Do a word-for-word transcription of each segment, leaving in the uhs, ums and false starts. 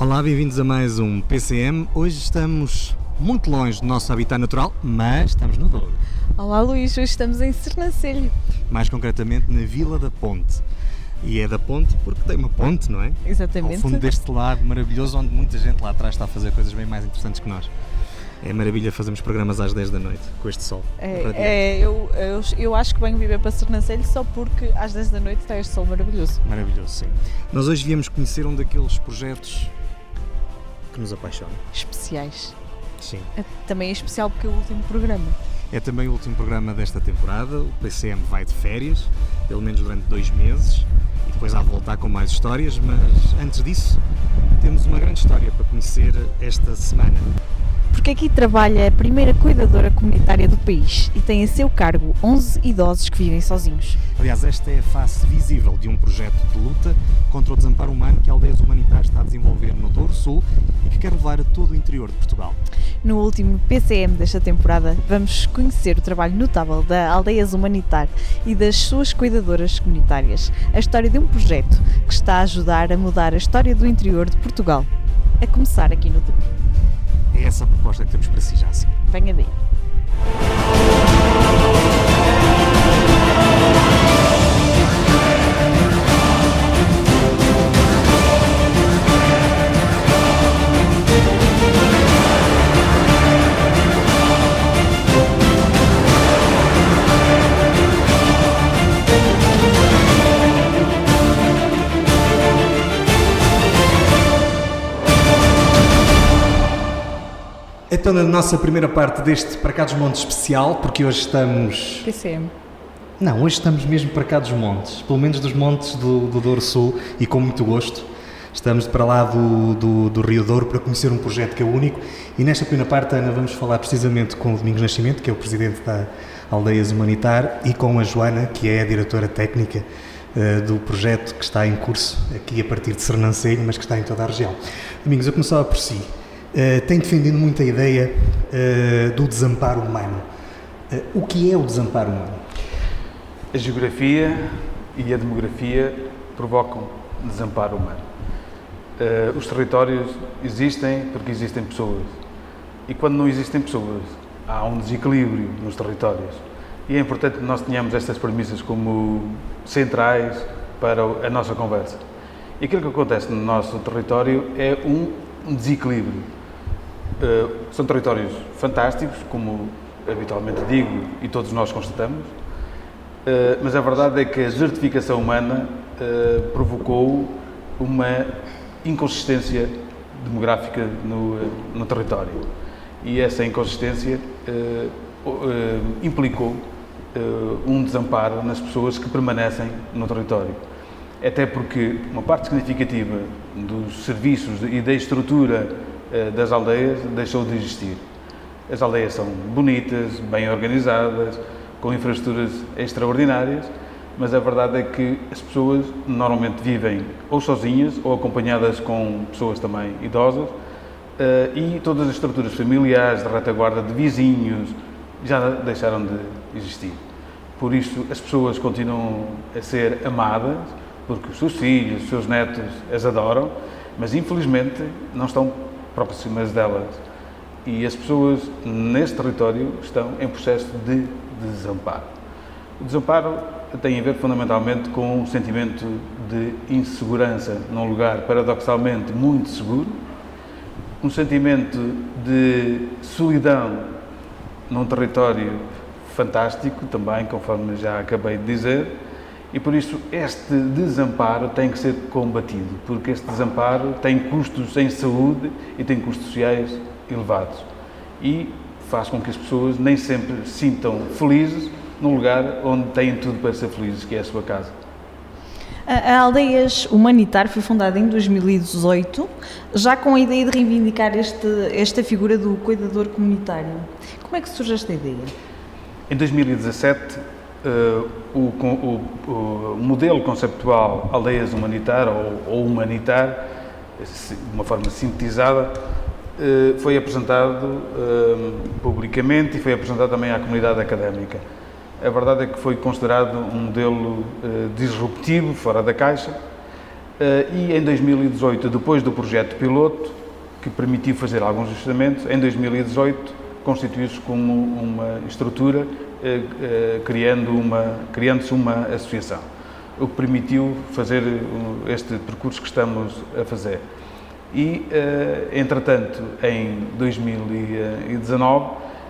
Olá, bem-vindos a mais um P C M. Hoje estamos muito longe do nosso habitat natural, mas estamos no Douro. Olá Luís, hoje estamos em Sernancelho. Mais concretamente na Vila da Ponte. E é da Ponte porque tem uma ponte, não é? Exatamente. Ao fundo deste lago maravilhoso, onde muita gente lá atrás está a fazer coisas bem mais interessantes que nós. É maravilha fazermos programas às dez da noite, com este sol. É, é, eu, eu, eu acho que venho viver para Sernancelho só porque às dez da noite está este sol maravilhoso. Maravilhoso, sim. Nós hoje viemos conhecer um daqueles projetos que nos apaixonam. Especiais. Sim. É, também é especial porque é o último programa. É também o último programa desta temporada. O P C M vai de férias, pelo menos durante dois meses, e depois há de voltar com mais histórias, mas antes disso temos uma grande história para conhecer esta semana. Porque aqui trabalha a primeira cuidadora comunitária do país e tem a seu cargo onze idosos que vivem sozinhos. Aliás, esta é a face visível de um projeto de luta contra o desamparo humano que a Aldeias Humanitar está a desenvolver no Douro Sul e que quer levar a todo o interior de Portugal. No último P C M desta temporada, vamos conhecer o trabalho notável da Aldeias Humanitar e das suas cuidadoras comunitárias. A história de um projeto que está a ajudar a mudar a história do interior de Portugal, a começar aqui no Douro. É essa a proposta que temos para si já, sim. Venha daí. Então, na nossa primeira parte deste Para Cá dos Montes especial, porque hoje estamos... P C M. Não, hoje estamos mesmo para cá dos montes, pelo menos dos montes do, do Douro Sul, e com muito gosto. Estamos para lá do, do, do Rio Douro para conhecer um projeto que é único, e nesta primeira parte, Ana, vamos falar precisamente com o Domingos Nascimento, que é o presidente da Aldeias Humanitar, e com a Joana, que é a diretora técnica uh, do projeto que está em curso aqui a partir de Sernancelho, mas que está em toda a região. Domingos, eu começava por si. Uh, tem defendido muito a ideia uh, do desamparo humano. Uh, o que é o desamparo humano? A geografia e a demografia provocam desamparo humano. Uh, os territórios existem porque existem pessoas. E quando não existem pessoas, há um desequilíbrio nos territórios. E é importante que nós tenhamos estas premissas como centrais para a nossa conversa. E aquilo que acontece no nosso território é um desequilíbrio. Uh, são territórios fantásticos, como habitualmente digo e todos nós constatamos, uh, mas a verdade é que a desertificação humana uh, provocou uma inconsistência demográfica no, uh, no território. E essa inconsistência uh, uh, implicou uh, um desamparo nas pessoas que permanecem no território. Até porque uma parte significativa dos serviços e da estrutura das aldeias deixou de existir. As aldeias são bonitas, bem organizadas, com infraestruturas extraordinárias, mas a verdade é que as pessoas normalmente vivem ou sozinhas ou acompanhadas com pessoas também idosas, e todas as estruturas familiares, de retaguarda de vizinhos, já deixaram de existir. Por isso, as pessoas continuam a ser amadas, porque os seus filhos, os seus netos as adoram, mas infelizmente não estão próximas delas. E as pessoas neste território estão em processo de desamparo. O desamparo tem a ver fundamentalmente com um sentimento de insegurança num lugar paradoxalmente muito seguro, um sentimento de solidão num território fantástico também, conforme já acabei de dizer, e por isso este desamparo tem que ser combatido, porque este desamparo tem custos em saúde e tem custos sociais elevados e faz com que as pessoas nem sempre se sintam felizes num lugar onde têm tudo para ser felizes, que é a sua casa. A Aldeias Humanitar foi fundada em dois mil e dezoito, já com a ideia de reivindicar este, esta figura do cuidador comunitário. Como é que surge esta ideia? Em dois mil e dezassete, Uh, o, o, o modelo conceptual Aldeias Humanitar ou, ou Humanitar, de uma forma sintetizada, uh, foi apresentado uh, publicamente e foi apresentado também à comunidade académica. A verdade é que foi considerado um modelo uh, disruptivo, fora da caixa, e em dois mil e dezoito, depois do projeto piloto, que permitiu fazer alguns ajustamentos, em dois mil e dezoito constituiu-se como uma estrutura, criando uma, criando-se uma associação, o que permitiu fazer este percurso que estamos a fazer. E, entretanto, em dois mil e dezanove,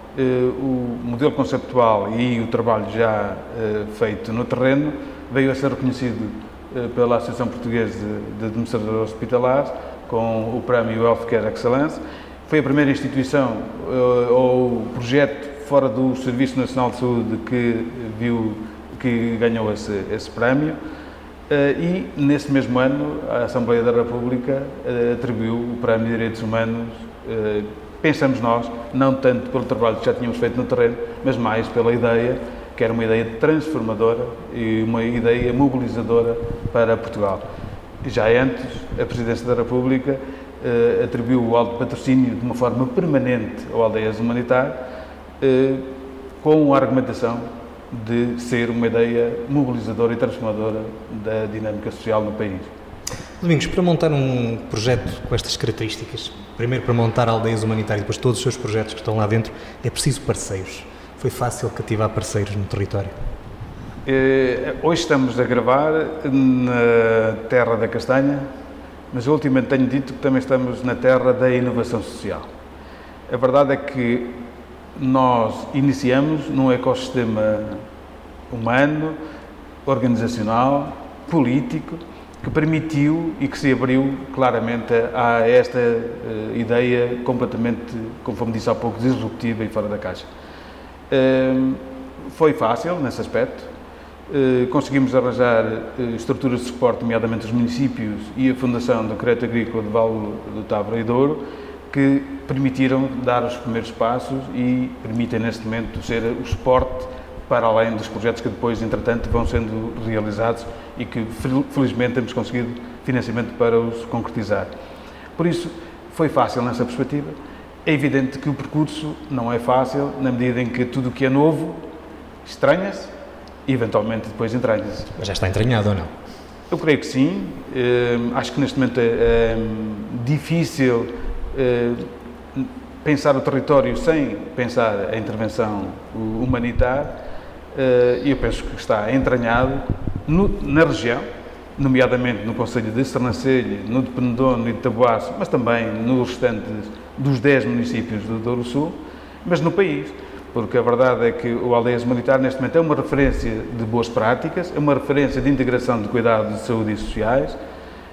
o modelo conceptual e o trabalho já feito no terreno veio a ser reconhecido pela Associação Portuguesa de Administradores Hospitalares com o prémio Healthcare Excellence. Foi a primeira instituição ou projeto fora do Serviço Nacional de Saúde que viu que ganhou esse, esse prémio. E, nesse mesmo ano, a Assembleia da República atribuiu o Prémio de Direitos Humanos, pensamos nós, não tanto pelo trabalho que já tínhamos feito no terreno, mas mais pela ideia, que era uma ideia transformadora e uma ideia mobilizadora para Portugal. Já antes, a Presidência da República atribuiu o alto patrocínio de uma forma permanente ao Aldeias Humanitar, com a argumentação de ser uma ideia mobilizadora e transformadora da dinâmica social no país. Domingos, para montar um projeto com estas características, primeiro para montar a Aldeias Humanitárias e depois todos os seus projetos que estão lá dentro, é preciso parceiros. Foi fácil cativar parceiros no território? Hoje estamos a gravar na terra da castanha, mas ultimamente tenho dito que também estamos na terra da inovação social. A verdade é que nós iniciamos num ecossistema humano, organizacional, político, que permitiu e que se abriu claramente a esta uh, ideia completamente, conforme disse há pouco, disruptiva e fora da caixa. Uh, foi fácil nesse aspecto. Uh, conseguimos arranjar uh, estruturas de suporte, nomeadamente os municípios e a Fundação do Crédito Agrícola de Vale do Tavra e Douro, que permitiram dar os primeiros passos e permitem neste momento ser o suporte para além dos projetos que depois, entretanto, vão sendo realizados e que felizmente temos conseguido financiamento para os concretizar. Por isso, foi fácil nessa perspectiva. É evidente que o percurso não é fácil, na medida em que tudo o que é novo estranha-se e eventualmente depois entranha-se. Mas já está entranhado ou não? Eu creio que sim. Uh, acho que neste momento é, é difícil uh, pensar o território sem pensar a intervenção humanitária. E uh, eu penso que está entranhado no, na região, nomeadamente no Concelho de Sernancelho, no de Penedono e de Taboaço, mas também nos restantes dos dez municípios do Douro Sul, mas no país, porque a verdade é que o Aldeias Humanitar neste momento é uma referência de boas práticas, é uma referência de integração de cuidados de saúde e sociais, uh,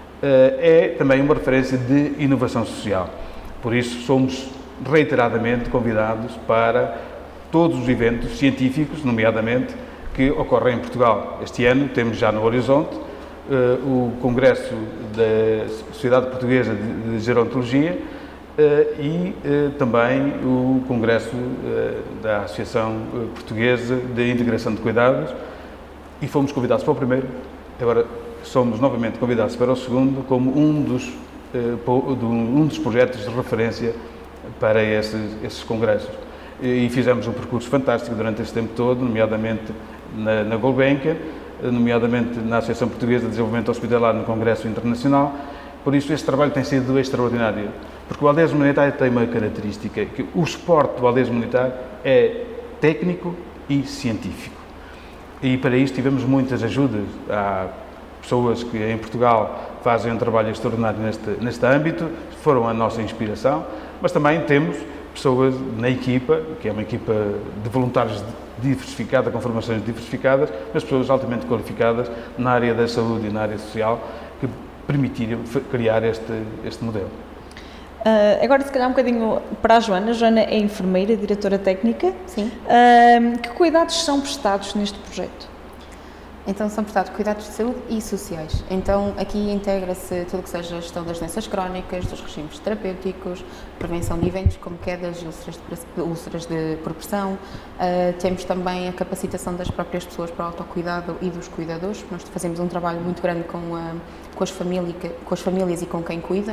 é também uma referência de inovação social. Por isso somos reiteradamente convidados para todos os eventos científicos, nomeadamente, que ocorrem em Portugal. Este ano temos já no horizonte uh, o Congresso da Sociedade Portuguesa de, de Gerontologia uh, e uh, também o Congresso uh, da Associação Portuguesa de Integração de Cuidados, e fomos convidados para o primeiro, agora somos novamente convidados para o segundo, como um dos, uh, um dos projetos de referência para esses, esses congressos. E fizemos um percurso fantástico durante este tempo todo, nomeadamente na, na Gulbenkian, nomeadamente na Associação Portuguesa de Desenvolvimento Hospitalar no Congresso Internacional. Por isso, este trabalho tem sido extraordinário, porque o Aldeias Humanitar tem uma característica, que o suporte do Aldeias Humanitar é técnico e científico. E para isso tivemos muitas ajudas. Há pessoas que em Portugal fazem um trabalho extraordinário neste, neste âmbito, foram a nossa inspiração, mas também temos pessoas na equipa, que é uma equipa de voluntários diversificada, com formações diversificadas, mas pessoas altamente qualificadas na área da saúde e na área social, que permitiram criar este, este modelo. Uh, agora, se calhar, um bocadinho para a Joana. A Joana é enfermeira, diretora técnica. Sim. Uh, que cuidados são prestados neste projeto? Então, são prestados cuidados de saúde e sociais. Então, aqui integra-se tudo o que seja a gestão das doenças crónicas, dos regimes terapêuticos, prevenção de eventos como quedas e úlceras de, úlceras de progressão. Uh, temos também a capacitação das próprias pessoas para o autocuidado e dos cuidadores. Nós fazemos um trabalho muito grande com, a, com, as, família, com as famílias e com quem cuida.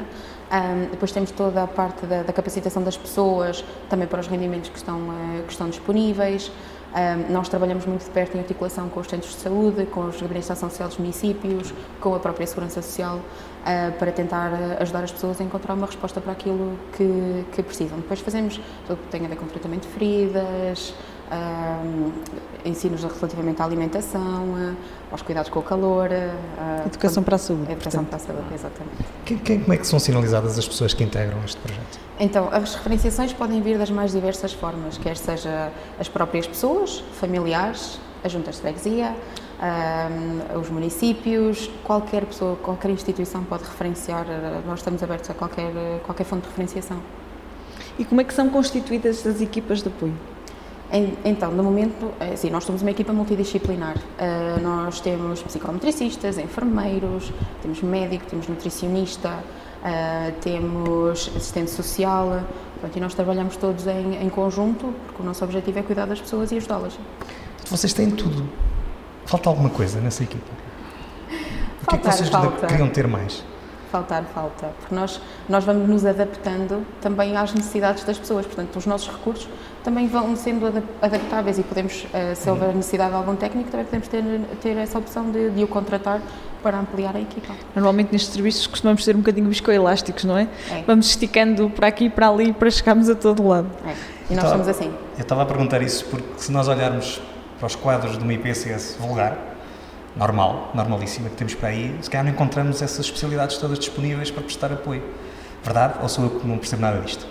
Um, depois temos toda a parte da, da capacitação das pessoas, também para os rendimentos que estão, uh, que estão disponíveis. Um, nós trabalhamos muito de perto em articulação com os centros de saúde, com os gabinetes de ação social dos municípios, com a própria segurança social, uh, para tentar ajudar as pessoas a encontrar uma resposta para aquilo que, que precisam. Depois fazemos tudo o que tem a ver com tratamento de feridas, um, ensinos relativamente à alimentação, uh, aos cuidados com o calor. Uh, Educação para a saúde. Educação portanto. para a saúde, exatamente. Que, que, como é que são sinalizadas as pessoas que integram este projeto? Então, as referenciações podem vir das mais diversas formas, quer seja as próprias pessoas, familiares, as juntas de freguesia, um, os municípios, qualquer pessoa, qualquer instituição pode referenciar, nós estamos abertos a qualquer, qualquer fonte de referenciação. E como é que são constituídas as equipas de apoio? Então, no momento, assim, nós somos uma equipa multidisciplinar. Uh, nós temos psicometricistas, enfermeiros, temos médico, temos nutricionista, uh, temos assistente social, pronto, e nós trabalhamos todos em, em conjunto, porque o nosso objetivo é cuidar das pessoas e ajudá-las. Vocês têm tudo. Falta alguma coisa nessa equipa? O que é que Faltar, vocês falta. queriam ter mais? Faltar, falta, porque nós, nós vamos nos adaptando também às necessidades das pessoas, portanto os nossos recursos também vão sendo adaptáveis e podemos, se houver necessidade de algum técnico, também podemos ter, ter essa opção de, de o contratar para ampliar a equipa. Normalmente nestes serviços costumamos ser um bocadinho biscoelásticos, não é? É. Vamos esticando para aqui e para ali para chegarmos a todo lado. É. E nós somos assim. Eu estava a perguntar isso porque se nós olharmos para os quadros de uma I P C S vulgar, normal, normalíssima, que temos para aí, se calhar não encontramos essas especialidades todas disponíveis para prestar apoio. Verdade? Ou sou eu que não percebo nada disto?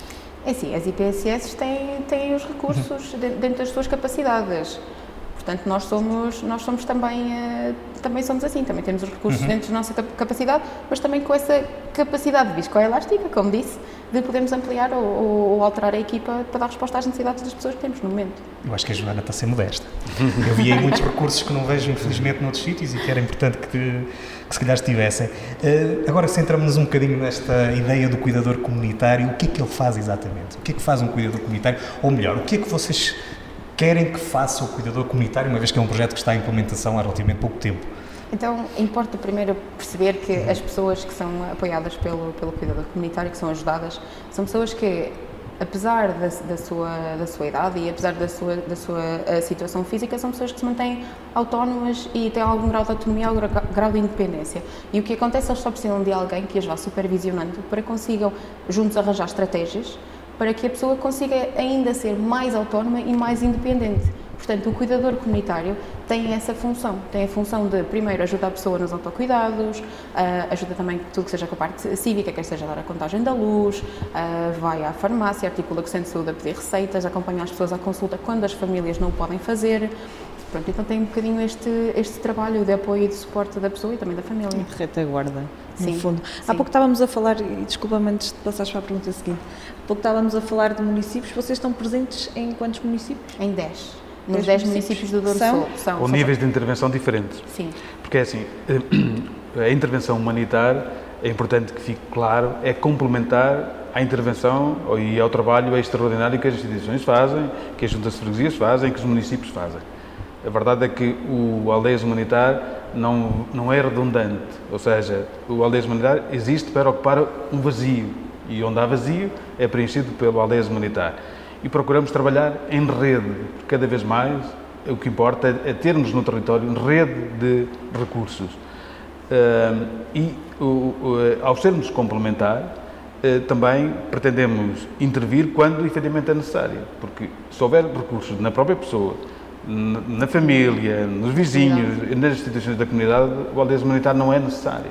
É assim, as I P S S têm, têm os recursos uhum. dentro das suas capacidades. Portanto, nós somos, nós somos também, uh, também somos assim, também temos os recursos uhum. dentro da nossa capacidade, mas também com essa capacidade viscoelástica, como disse, de podermos ampliar ou, ou, ou alterar a equipa para dar resposta às necessidades das pessoas que temos no momento. Eu acho que a Joana está a ser modesta. Eu vi aí muitos recursos que não vejo, infelizmente, noutros sítios e que era importante que, que se calhar estivessem. Uh, agora, centramos-nos um bocadinho nesta ideia do cuidador comunitário. O que é que ele faz exatamente? O que é que faz um cuidador comunitário? Ou melhor, o que é que vocês querem que faça o cuidador comunitário, uma vez que é um projeto que está em implementação há relativamente pouco tempo? Então, importa primeiro perceber que as pessoas que são apoiadas pelo, pelo cuidador comunitário, que são ajudadas, são pessoas que, apesar da, da, sua, da sua idade e apesar da sua, da sua uh, situação física, são pessoas que se mantêm autónomas e têm algum grau de autonomia, algum grau de independência. E o que acontece, eles só precisam de alguém que as vá supervisionando para que consigam juntos arranjar estratégias para que a pessoa consiga ainda ser mais autónoma e mais independente. Portanto, o cuidador comunitário tem essa função, tem a função de, primeiro, ajudar a pessoa nos autocuidados, uh, ajuda também tudo que seja com a parte cívica, quer seja dar a contagem da luz, uh, vai à farmácia, articula com o centro de saúde a pedir receitas, acompanha as pessoas à consulta quando as famílias não o podem fazer. Pronto, então tem um bocadinho este, este trabalho de apoio e de suporte da pessoa e também da família. E de retaguarda, no Sim, fundo. sim. Há pouco estávamos a falar, e desculpa-me antes de passares para a pergunta seguinte, há pouco estávamos a falar de municípios, vocês estão presentes em quantos municípios? Em dez. Nos dez municípios do Douro são? Sul. São, Com são níveis de intervenção diferentes. Sim. Porque é assim, a intervenção humanitária, é importante que fique claro, é complementar à intervenção e ao trabalho extraordinário que as instituições fazem, que as juntas de freguesias fazem, que os municípios fazem. A verdade é que o Aldeias Humanitário não, não é redundante, ou seja, o Aldeias Humanitário existe para ocupar um vazio e onde há vazio é preenchido pelo Aldeias Humanitário. E procuramos trabalhar em rede, cada vez mais o que importa é termos no território rede de recursos. E ao sermos complementar, também pretendemos intervir quando efetivamente é necessário, porque se houver recursos na própria pessoa, na família, nos vizinhos, nas instituições da comunidade, o Aldeias Humanitário não é necessário.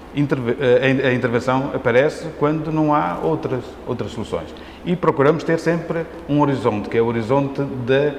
A intervenção aparece quando não há outras, outras soluções. E procuramos ter sempre um horizonte, que é o horizonte de,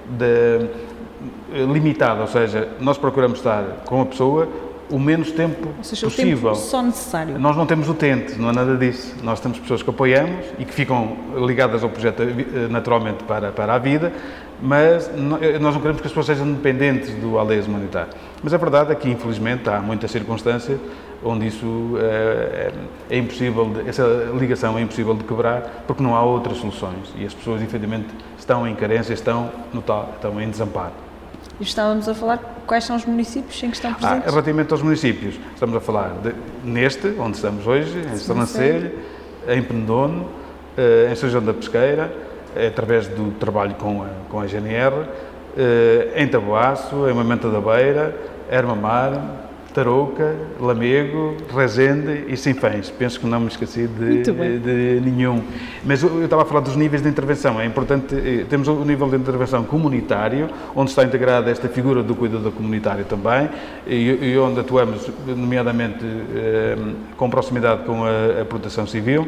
de, limitado, ou seja, nós procuramos estar com a pessoa o menos tempo ou seja, possível. O tempo só necessário. Nós não temos utente, não é nada disso. Nós temos pessoas que apoiamos e que ficam ligadas ao projeto naturalmente para, para a vida, mas nós não queremos que as pessoas sejam dependentes do Aldeias Humanitário. Mas a verdade é que, infelizmente, há muitas circunstâncias onde isso é, é impossível, de, essa ligação é impossível de quebrar, porque não há outras soluções e as pessoas, infelizmente, estão em carência, estão, no tal, estão em desamparo. E estávamos a falar quais são os municípios em que estão Ah, presentes? relativamente aos municípios, estamos a falar de, neste, onde estamos hoje, em Sernancelho, em Pendono, eh, em São João da Pesqueira, eh, através do trabalho com a, com a G N R, eh, em Taboaço, em Moimenta da Beira, Ermamar, Tarouca, Lamego, Rezende e Sinfãs. Penso que não me esqueci de, de nenhum. Mas eu, eu estava a falar dos níveis de intervenção. É importante, eh, temos o nível de intervenção comunitário, onde está integrada esta figura do cuidador comunitário também, e, e onde atuamos, nomeadamente, eh, com proximidade com a, a proteção civil,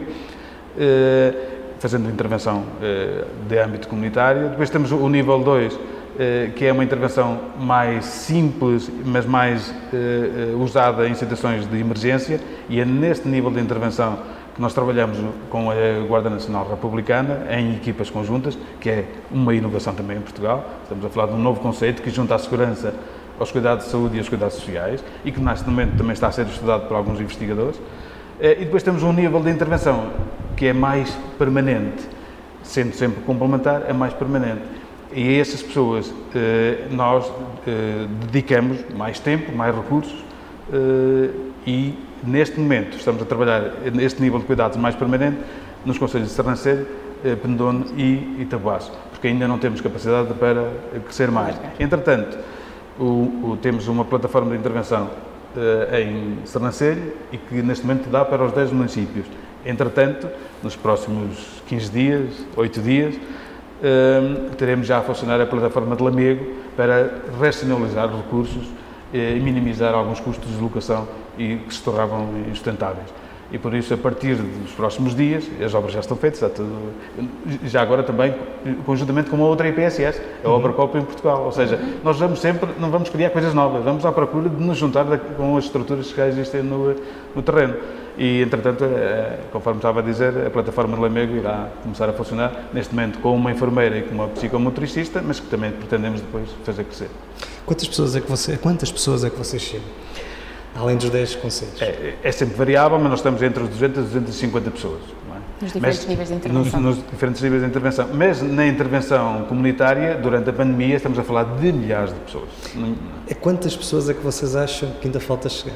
eh, fazendo intervenção eh, de âmbito comunitário. Depois temos o, o nível dois, que é uma intervenção mais simples, mas mais uh, usada em situações de emergência, e é neste nível de intervenção que nós trabalhamos com a Guarda Nacional Republicana, em equipas conjuntas, que é uma inovação também em Portugal. Estamos a falar de um novo conceito que junta a segurança aos cuidados de saúde e aos cuidados sociais, e que neste momento também está a ser estudado por alguns investigadores. Uh, e depois temos um nível de intervenção que é mais permanente, sendo sempre complementar, é mais permanente. E a essas pessoas eh, nós eh, dedicamos mais tempo, mais recursos eh, e, neste momento, estamos a trabalhar neste nível de cuidados mais permanente nos concelhos de Sernancelho, eh, Pendono e Itaboaço, porque ainda não temos capacidade para crescer mais. Entretanto, o, o, temos uma plataforma de intervenção eh, em Sernancelho e que, neste momento, dá para os dez municípios. Entretanto, nos próximos quinze dias, oito dias, Um, teremos já a funcionar a plataforma de Lamego para racionalizar recursos eh, e minimizar alguns custos de deslocação e que se tornavam insustentáveis. E por isso, a partir dos próximos dias, as obras já estão feitas, está tudo, já agora também conjuntamente com uma outra I P S S, a Obra Copa em Portugal. Ou seja, nós vamos sempre, não vamos criar coisas novas, vamos à procura de nos juntar com as estruturas que já existem no, no terreno. E, entretanto, conforme estava a dizer, a plataforma de Lamego irá começar a funcionar, neste momento, com uma enfermeira e com uma psicomotricista, mas que também pretendemos depois fazer crescer. Quantas pessoas é que, você, quantas pessoas é que vocês chegam? Além dos dez concelhos? É, é sempre variável, mas nós estamos entre os duzentas e duzentas e cinquenta pessoas. Não é? Nos diferentes mas, níveis de intervenção. Nos, nos diferentes níveis de intervenção. Mas na intervenção comunitária, durante a pandemia, estamos a falar de milhares de pessoas. É quantas pessoas é que vocês acham que ainda falta chegar?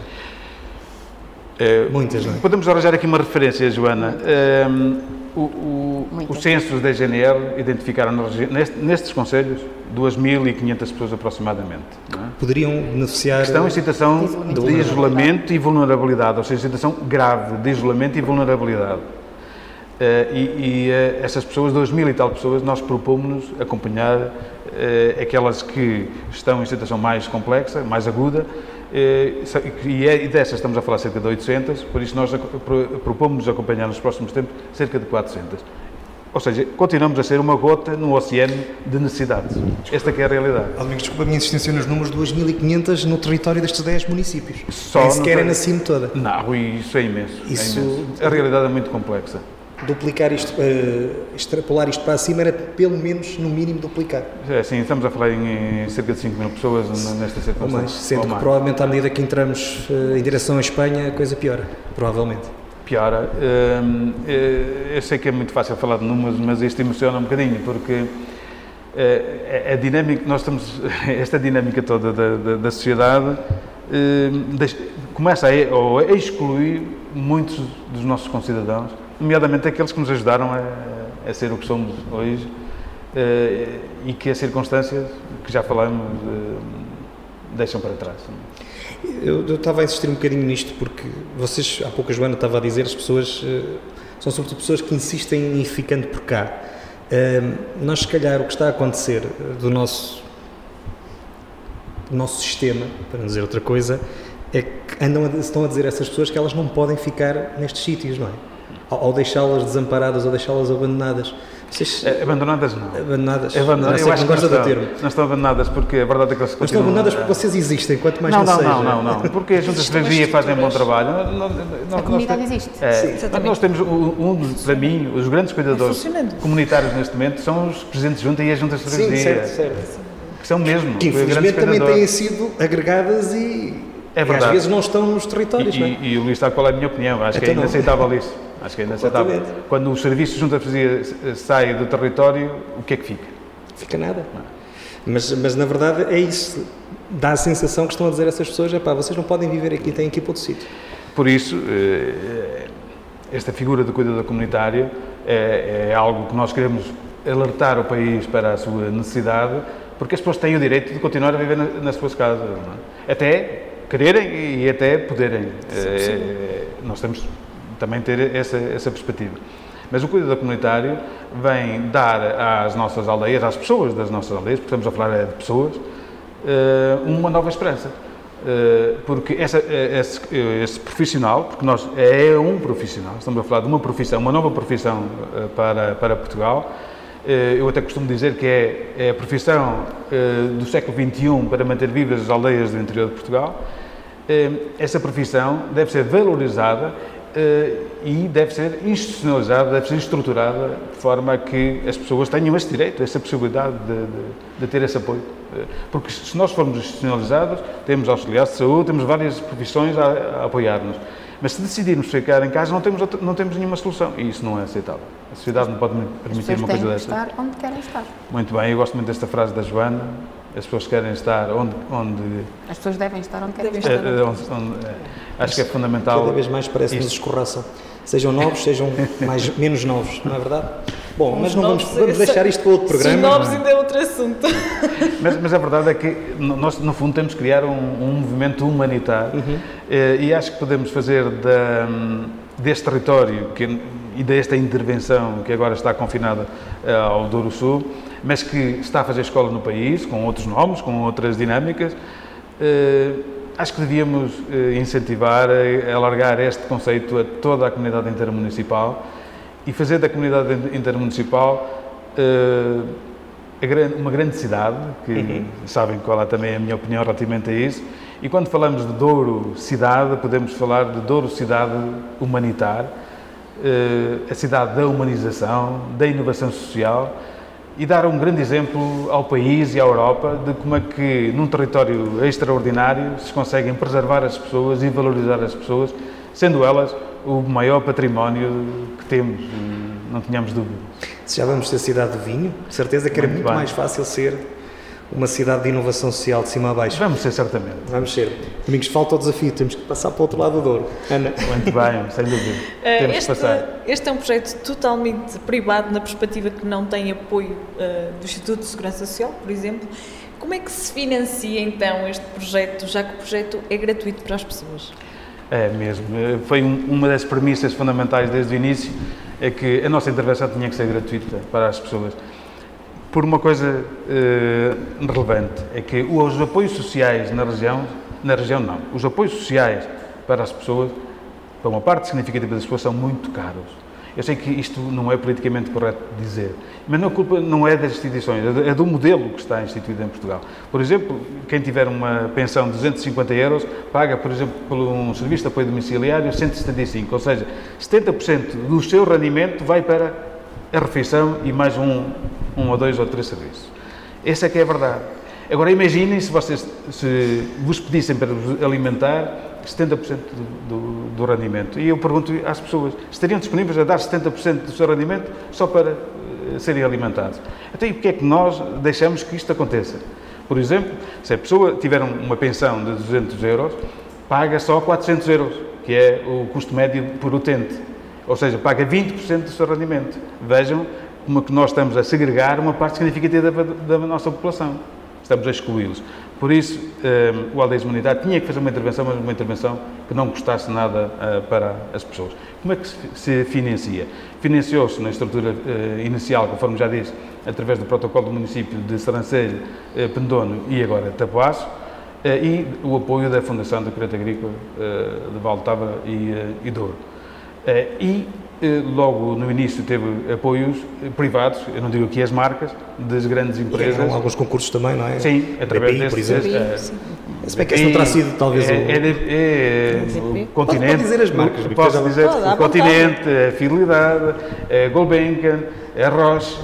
É, Muitas, não é? Podemos arranjar aqui uma referência, Joana. É, o, o, os censos da G N R identificaram neste, nestes concelhos duas mil e quinhentas pessoas aproximadamente. Não é? Poderiam beneficiar... Que estão em situação de isolamento, de isolamento e vulnerabilidade, ou seja, situação grave de isolamento e vulnerabilidade. Uh, e e uh, essas pessoas, duas mil e tal pessoas, nós propomos-nos acompanhar uh, aquelas que estão em situação mais complexa, mais aguda, uh, e, é, e dessas estamos a falar cerca de oitocentas, por isso nós propomos-nos acompanhar nos próximos tempos cerca de quatrocentas. Ou seja, continuamos a ser uma gota no oceano de necessidades. Esta que é a realidade. Domingos, desculpa a minha insistência nos números, duas mil e quinhentas no território destes dez municípios. Só Nem sequer no... é na C I M toda. Não, isso é imenso. Isso... É imenso. A realidade é muito complexa. Duplicar isto, uh, extrapolar isto para cima era pelo menos, no mínimo, duplicar. É, sim, estamos a falar em, em cerca de cinco mil pessoas nesta circunstância. Ou mais, sendo Ou que mais. provavelmente à medida que entramos uh, em direção à Espanha, a coisa piora, provavelmente. Piora. Hum, eu sei que é muito fácil falar de números, mas isto emociona um bocadinho, porque uh, a, a dinâmica, nós estamos, esta dinâmica toda da, da, da sociedade uh, deixa, começa a, ou a excluir muitos dos nossos concidadãos, nomeadamente aqueles que nos ajudaram a, a ser o que somos hoje uh, e que as circunstâncias que já falamos uh, deixam para trás. Eu, eu estava a insistir um bocadinho nisto porque vocês, há pouco a Joana estava a dizer, as pessoas uh, são sobretudo pessoas que insistem em ir ficando por cá. Uh, nós, se calhar, o que está a acontecer do nosso, do nosso sistema, para não dizer outra coisa, é que andam a, estão a dizer a essas pessoas que elas não podem ficar nestes sítios, não é? Ao, ao deixá-las desamparadas ou deixá-las abandonadas. Vocês, abandonadas não. Abandonadas. Abandonadas. Não, Eu acho que não gosta estão, do termo. não estão abandonadas porque a verdade é que eles Mas estão abandonadas porque vocês existem, quanto mais não, não, não seja. Não, não, não, não, porque as juntas de freguesia fazem bom trabalho. Nós, a comunidade nós, existe. É, Sim, nós temos, um dos, para mim, os grandes cuidadores comunitários neste momento são os presidentes de junta e as juntas de freguesia. Sim, certo, certo. Que são mesmo. Que infelizmente também têm sido agregadas e, é e às vezes não estão nos territórios. E, não é? e, e o Luís está qual é a minha opinião, acho então que é inaceitável não. Isso. Acho que é inaceitável. Quando o serviço de junta de freguesia sai do território, o que é que fica? Fica nada. Não. Mas, mas na verdade é isso, dá a sensação que estão a dizer a essas pessoas, é pá, vocês não podem viver aqui, têm que ir para outro sítio. Por isso, esta figura do cuidador comunitário é, é algo que nós queremos alertar o país para a sua necessidade, porque as pessoas têm o direito de continuar a viver nas suas casas, não é? Até quererem e até poderem. Sim, sim. É, nós temos também ter essa, essa perspectiva. Mas o cuidador comunitário vem dar às nossas aldeias, às pessoas das nossas aldeias, porque estamos a falar de pessoas, uma nova esperança. Porque essa, esse, esse profissional, porque nós é um profissional, estamos a falar de uma profissão, uma nova profissão para, para Portugal. Eu até costumo dizer que é, é a profissão do século vinte e um para manter vivas as aldeias do interior de Portugal. Essa profissão deve ser valorizada e deve ser institucionalizada, deve ser estruturada de forma a que as pessoas tenham esse direito, essa possibilidade de, de, de ter esse apoio. Porque se nós formos institucionalizados, temos auxiliares de saúde, temos várias profissões a, a apoiar-nos. Mas se decidirmos ficar em casa, não temos, outra, não temos nenhuma solução. E isso não é aceitável. A sociedade não pode permitir uma coisa dessa. As pessoas têm que estar onde querem estar. Muito bem, eu gosto muito desta frase da Joana. As pessoas querem estar onde... onde As pessoas devem estar onde querem estar. É, onde, onde, é, acho que é fundamental. Cada vez mais parece que nos escorraçam. Sejam novos, sejam mais, menos novos, não é verdade? Bom, Os mas não vamos, vamos deixar isto para outro programa. Os novos ainda é outro assunto. Mas, mas a verdade é que nós, no fundo, temos que criar um, um movimento humanitário uhum. e, e acho que podemos fazer da, deste território que, e desta intervenção que agora está confinada ao Douro Sul, mas que está a fazer escola no país, com outros nomes, com outras dinâmicas, acho que devíamos incentivar a alargar este conceito a toda a comunidade intermunicipal e fazer da comunidade intermunicipal uma grande cidade, que uhum. sabem qual é também a minha opinião relativamente a isso, e quando falamos de Douro cidade, podemos falar de Douro cidade humanitar, a cidade da humanização, da inovação social, e dar um grande exemplo ao país e à Europa de como é que, num território extraordinário, se conseguem preservar as pessoas e valorizar as pessoas, sendo elas o maior património que temos, não tenhamos dúvida. Se já vamos ser cidade do vinho, de certeza que era muito, muito mais fácil ser uma cidade de inovação social de cima a baixo. Vamos ser, certamente. Vamos ser. Domingos, falta o desafio, temos que passar para o outro lado do Douro. Ana. Muito bem, sem dúvida. Temos este, que passar. Este é um projeto totalmente privado, na perspectiva que não tem apoio uh, do Instituto de Segurança Social, por exemplo. Como é que se financia, então, este projeto, já que o projeto é gratuito para as pessoas? É mesmo. Foi um, uma das premissas fundamentais desde o início, é que a nossa intervenção tinha que ser gratuita para as pessoas. Por uma coisa eh, relevante, é que os apoios sociais na região, na região não, os apoios sociais para as pessoas, para uma parte significativa das pessoas, são muito caros. Eu sei que isto não é politicamente correto dizer, mas a culpa não é das instituições, é do modelo que está instituído em Portugal. Por exemplo, quem tiver uma pensão de duzentos e cinquenta euros, paga, por exemplo, por um serviço de apoio domiciliário cento e setenta e cinco, ou seja, setenta por cento do seu rendimento vai para a refeição e mais um, um ou dois ou três serviços. Essa é que é a verdade. Agora imaginem se vocês se vos pedissem para vos alimentar setenta por cento do, do, do rendimento. E eu pergunto às pessoas, estariam disponíveis a dar setenta por cento do seu rendimento só para uh, serem alimentados? Então, e porquê é que nós deixamos que isto aconteça? Por exemplo, se a pessoa tiver uma pensão de duzentos euros, paga só quatrocentos euros, que é o custo médio por utente. Ou seja, paga vinte por cento do seu rendimento. Vejam como que nós estamos a segregar uma parte significativa da, da nossa população. Estamos a excluí-los. Por isso, um, o Aldeias Humanitárias tinha que fazer uma intervenção, mas uma intervenção que não custasse nada uh, para as pessoas. Como é que se, se financia? Financiou-se na estrutura uh, inicial, conforme já disse, através do protocolo do município de Sarancelho, uh, Pendono e agora Taboaço, uh, e o apoio da Fundação do Crédito Agrícola uh, de Valtava e, uh, e Douro. Uh, e logo no início teve apoios privados, eu não digo aqui as marcas, das grandes empresas. E alguns concursos também, não é? Sim, através B P I, por exemplo. Desse, uh, Se bem que esse não terá sido talvez é, o... É, é, é o Continente. Pode dizer as marcas. Posso dizer o Continente, a Fidelidade, a Gulbenkian, a Roche,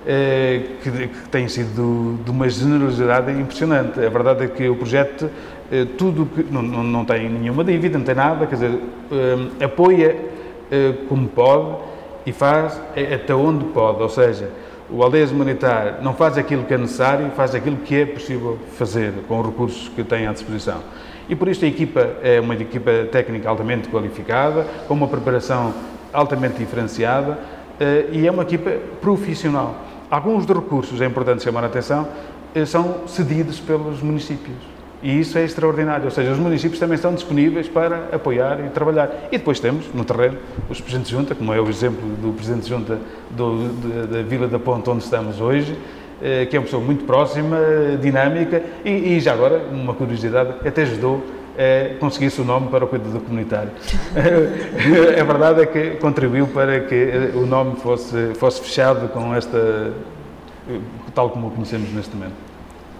que, que têm sido de uma generosidade impressionante. A verdade é que o projeto, tudo que não, não, não tem nenhuma dívida, não tem nada, quer dizer, apoia como pode e faz até onde pode, ou seja, O Aldeias Humanitar não faz aquilo que é necessário, faz aquilo que é possível fazer com os recursos que tem à disposição. E por isso a equipa é uma equipa técnica altamente qualificada, com uma preparação altamente diferenciada e é uma equipa profissional. Alguns dos recursos, é importante chamar a atenção, são cedidos pelos municípios. E isso é extraordinário, ou seja, os municípios também estão disponíveis para apoiar e trabalhar. E depois temos, no terreno, os Presidentes de Junta, como é o exemplo do Presidente de Junta do, de, da Vila da Ponte, onde estamos hoje, eh, que é uma pessoa muito próxima, dinâmica, e, e já agora, uma curiosidade, até ajudou a conseguir-se o nome para o cuidador comunitário. A verdade é que contribuiu para que o nome fosse, fosse fechado com esta, tal como o conhecemos neste momento.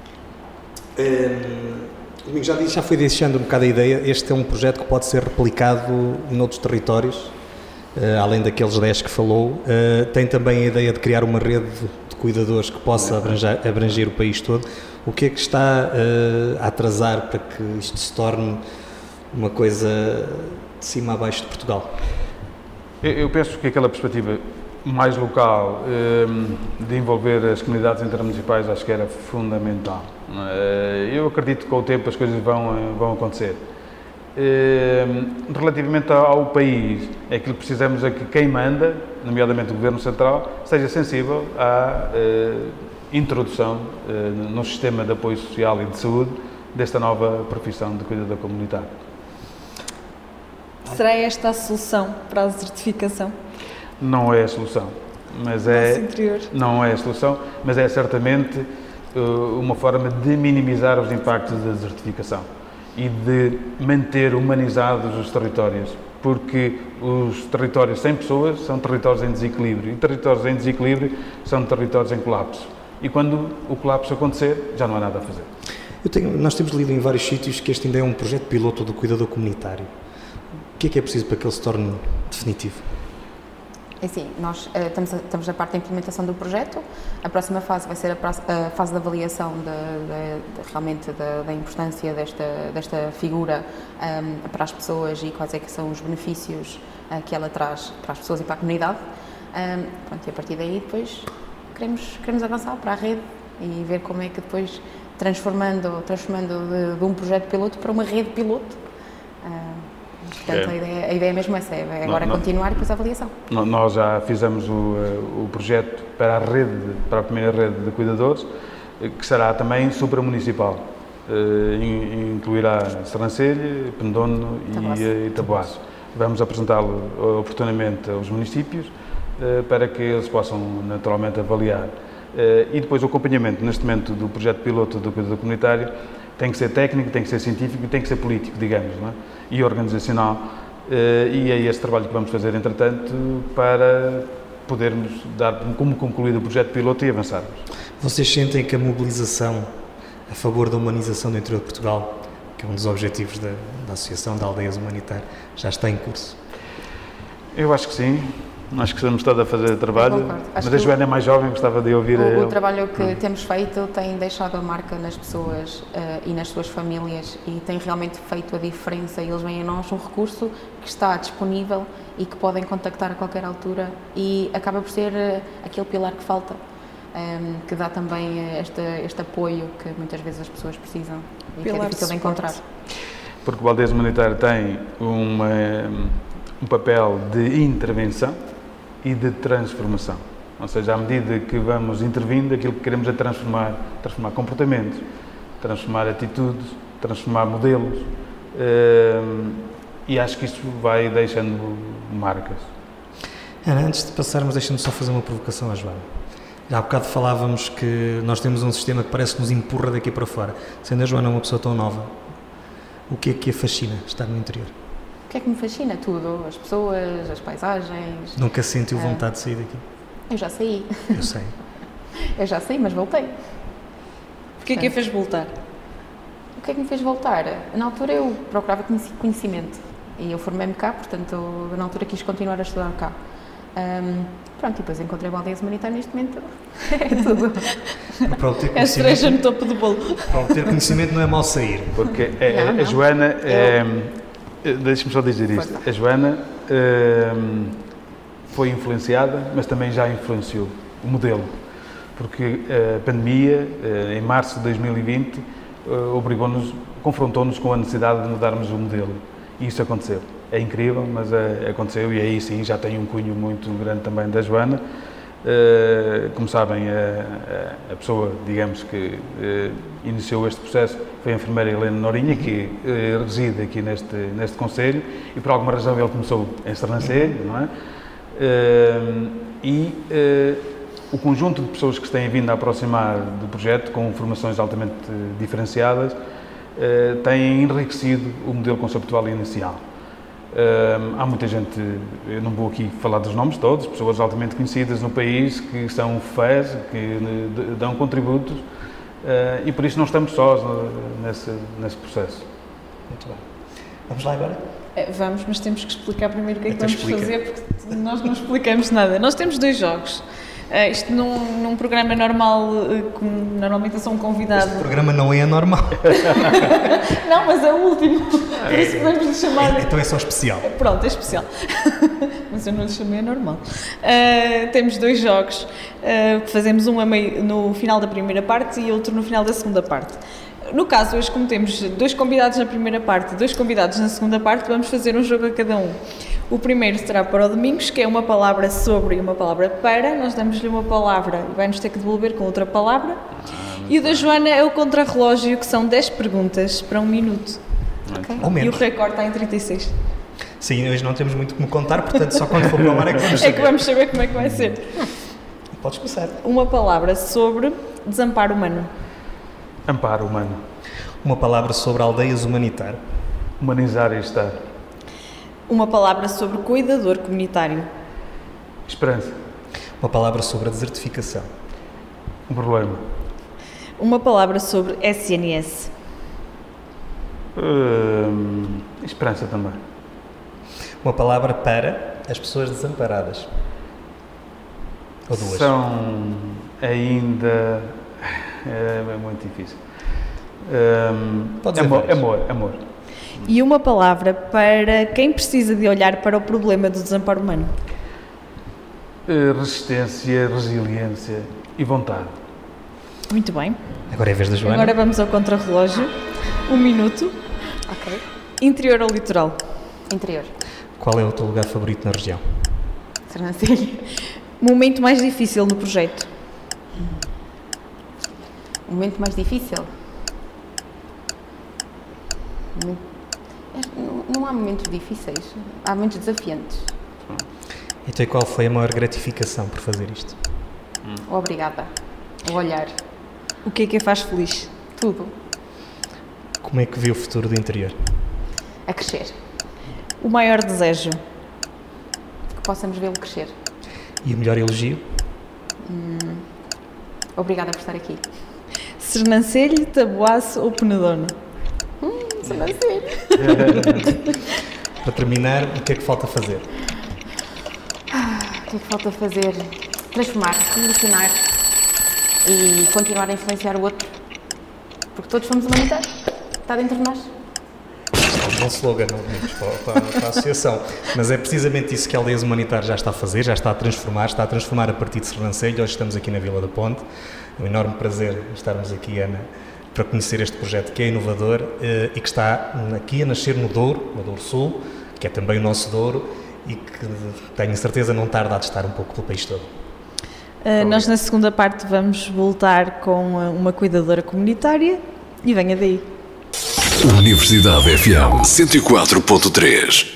Um, já, disse, já foi deixando um bocado a ideia, este é um projeto que pode ser replicado noutros territórios, uh, além daqueles dez que falou. Uh, tem também a ideia de criar uma rede de cuidadores que possa abranger, abranger o país todo. O que é que está uh, a atrasar para que isto se torne uma coisa de cima a baixo de Portugal? Eu, eu penso que aquela perspectiva mais local, de envolver as comunidades intermunicipais, acho que era fundamental. Eu acredito que com o tempo as coisas vão, vão acontecer. Relativamente ao país, é que precisamos é que quem manda, nomeadamente o Governo Central, seja sensível à introdução no sistema de apoio social e de saúde desta nova profissão de cuidador comunitário. Será esta a solução para a desertificação? Não é a solução, mas é, não é a solução, mas é certamente uh, uma forma de minimizar os impactos da desertificação e de manter humanizados os territórios, porque os territórios sem pessoas são territórios em desequilíbrio e territórios em desequilíbrio são territórios em colapso. E quando o colapso acontecer, já não há nada a fazer. Eu tenho, nós temos lido em vários sítios que este ainda é um projeto piloto do cuidador comunitário. O que é que é preciso para que ele se torne definitivo? É assim, nós uh, estamos, a, estamos na parte da implementação do projeto. A próxima fase vai ser a, pra, a fase de avaliação de, de, de, realmente da, da importância desta, desta figura um, para as pessoas e quais é que são os benefícios uh, que ela traz para as pessoas e para a comunidade. Um, pronto, e a partir daí depois queremos, queremos avançar para a rede e ver como é que depois, transformando, transformando de, de um projeto piloto para uma rede piloto, uh, portanto, é. a, ideia, a ideia mesmo é essa, é agora não, não, continuar e depois a avaliação. Nós já fizemos o, o projeto para a rede, para a primeira rede de cuidadores, que será também supramunicipal. Uh, incluirá Sernancelho, Pendono e Itaboaço. Vamos apresentá-lo oportunamente aos municípios uh, para que eles possam naturalmente avaliar. Uh, e depois o acompanhamento, neste momento, do projeto piloto do cuidador comunitário tem que ser técnico, tem que ser científico e tem que ser político, digamos, não é? E organizacional. E é esse trabalho que vamos fazer, entretanto, para podermos dar como concluído o projeto piloto e avançarmos. Vocês sentem que a mobilização a favor da humanização do interior de Portugal, que é um dos objetivos da, da Associação de Aldeias Humanitar, já está em curso? Eu acho que sim. Acho que estamos todos a fazer trabalho, mas a Joana é mais jovem, gostava de ouvir... O, o trabalho que hum. temos feito tem deixado a marca nas pessoas uh, e nas suas famílias e tem realmente feito a diferença. Eles veem a nós um recurso que está disponível e que podem contactar a qualquer altura e acaba por ser uh, aquele pilar que falta, um, que dá também este, este apoio que muitas vezes as pessoas precisam e pilar que é difícil de encontrar. Porque o Aldeias Humanitar tem uma, um papel de intervenção e de transformação, ou seja, à medida que vamos intervindo, aquilo que queremos é transformar, transformar comportamentos, transformar atitudes, transformar modelos, e acho que isso vai deixando marcas. Ana, antes de passarmos, deixa-me só fazer uma provocação à Joana. Já há bocado falávamos que nós temos um sistema que parece que nos empurra daqui para fora. Sendo a Joana uma pessoa tão nova, o que é que a fascina estar no interior? O que é que me fascina? Tudo. As pessoas, as paisagens... Nunca sentiu vontade ah, de sair daqui? Eu já saí. Eu sei. Eu já saí, mas voltei. O que é que a fez voltar? O que é que me fez voltar? Na altura eu procurava conhecimento e eu formei-me cá, portanto, na altura quis continuar a estudar cá. Um, pronto, e depois encontrei o Aldeias Humanitar, neste momento é tudo. Para obter é a cereja no topo do bolo. Para obter conhecimento não é mal sair. Porque é, não, não. a Joana... É, deixa-me só dizer isto. A Joana um, foi influenciada, mas também já influenciou o modelo. porque a pandemia, em março de dois mil e vinte, obrigou-nos, confrontou-nos com a necessidade de mudarmos o modelo. E isso aconteceu. É incrível, mas aconteceu, e aí sim já tem um cunho muito grande também da Joana. Como sabem, a, a pessoa, digamos, que iniciou este processo foi a enfermeira Helena Norinha, que reside aqui neste, neste concelho, e por alguma razão ele começou em Sernancelho, não é? E o conjunto de pessoas que se têm vindo a aproximar do projeto, com formações altamente diferenciadas, têm enriquecido o modelo conceptual inicial. Uh, há muita gente, eu não vou aqui falar dos nomes todos, pessoas altamente conhecidas no país que são fãs, que dão contributos, uh, e por isso não estamos sós nesse, nesse processo. Muito bem. Vamos lá agora? É, vamos, mas temos que explicar primeiro o que é que Então vamos explica. fazer, porque nós não explicamos nada. Nós temos dois jogos. Uh, isto num, num programa normal, uh, como normalmente eu sou um convidado. Este programa não é anormal. Não, mas é o último. Por isso podemos lhe chamar. Então é só especial. Pronto, é especial. Mas eu não lhe chamei, é normal. Uh, temos dois jogos. Uh, fazemos um a meio, no final da primeira parte e outro no final da segunda parte. No caso, hoje, como temos dois convidados na primeira parte e dois convidados na segunda parte, vamos fazer um jogo a cada um. O primeiro será para o Domingos, que é uma palavra sobre e uma palavra para. Nós damos-lhe uma palavra e vai-nos ter que devolver com outra palavra. Ah, e o da Joana é o contrarrelógio, que são dez perguntas para um minuto. Okay. Ou menos. E o recorde está em trinta e seis. Sim, hoje não temos muito como contar, portanto só quando for para o ar é que vamos saber. É que vamos saber como é que vai ser. Podes começar. Uma palavra sobre desamparo humano. Amparo humano. Uma palavra sobre aldeias humanitar. Humanizar e estar. Uma palavra sobre cuidador comunitário. Esperança. Uma palavra sobre a desertificação. Um problema. Uma palavra sobre S N S. Hum, esperança também. Uma palavra para as pessoas desamparadas. Ou duas. São ainda... É, é muito difícil. Hum, Pode dizer amor, várias. amor, amor. E uma palavra para quem precisa de olhar para o problema do desamparo humano. Uh, resistência, resiliência e vontade. Muito bem. Agora é a vez da Joana. Agora vamos ao contrarrelógio. Um minuto. Ok. Interior ou litoral? Interior. Qual é o teu lugar favorito na região? Sernancelho. Momento mais difícil no projeto? O momento mais difícil? Momento- Não, não há momentos difíceis, há momentos desafiantes. Então, e qual foi a maior gratificação por fazer isto? Obrigada. O olhar. O que é que a faz feliz? Tudo. Como é que vê o futuro do interior? A crescer. O maior desejo? Que possamos vê-lo crescer. E o melhor elogio? Obrigada por estar aqui. Sernancelho, Taboaço ou Penedono? Sernancelho. Para terminar, o que é que falta fazer? O que é que falta fazer? Transformar, revolucionar e continuar a influenciar o outro. Porque todos somos humanitários. Está dentro de nós. É um bom slogan, não menos, para, para, para a associação. Mas é precisamente isso que a Aldeias Humanitar já está a fazer, já está a transformar, está a transformar a partir de Sernancelho. Hoje estamos aqui na Vila da Ponte. É um enorme prazer estarmos aqui, Ana, para conhecer este projeto que é inovador eh, e que está aqui a nascer no Douro, no Douro Sul, que é também o nosso Douro e que tenho certeza não tarda a testar um pouco pelo país todo. Uh, nós na segunda parte vamos voltar com uh, uma cuidadora comunitária e venha daí. Universidade F M cento e quatro ponto três.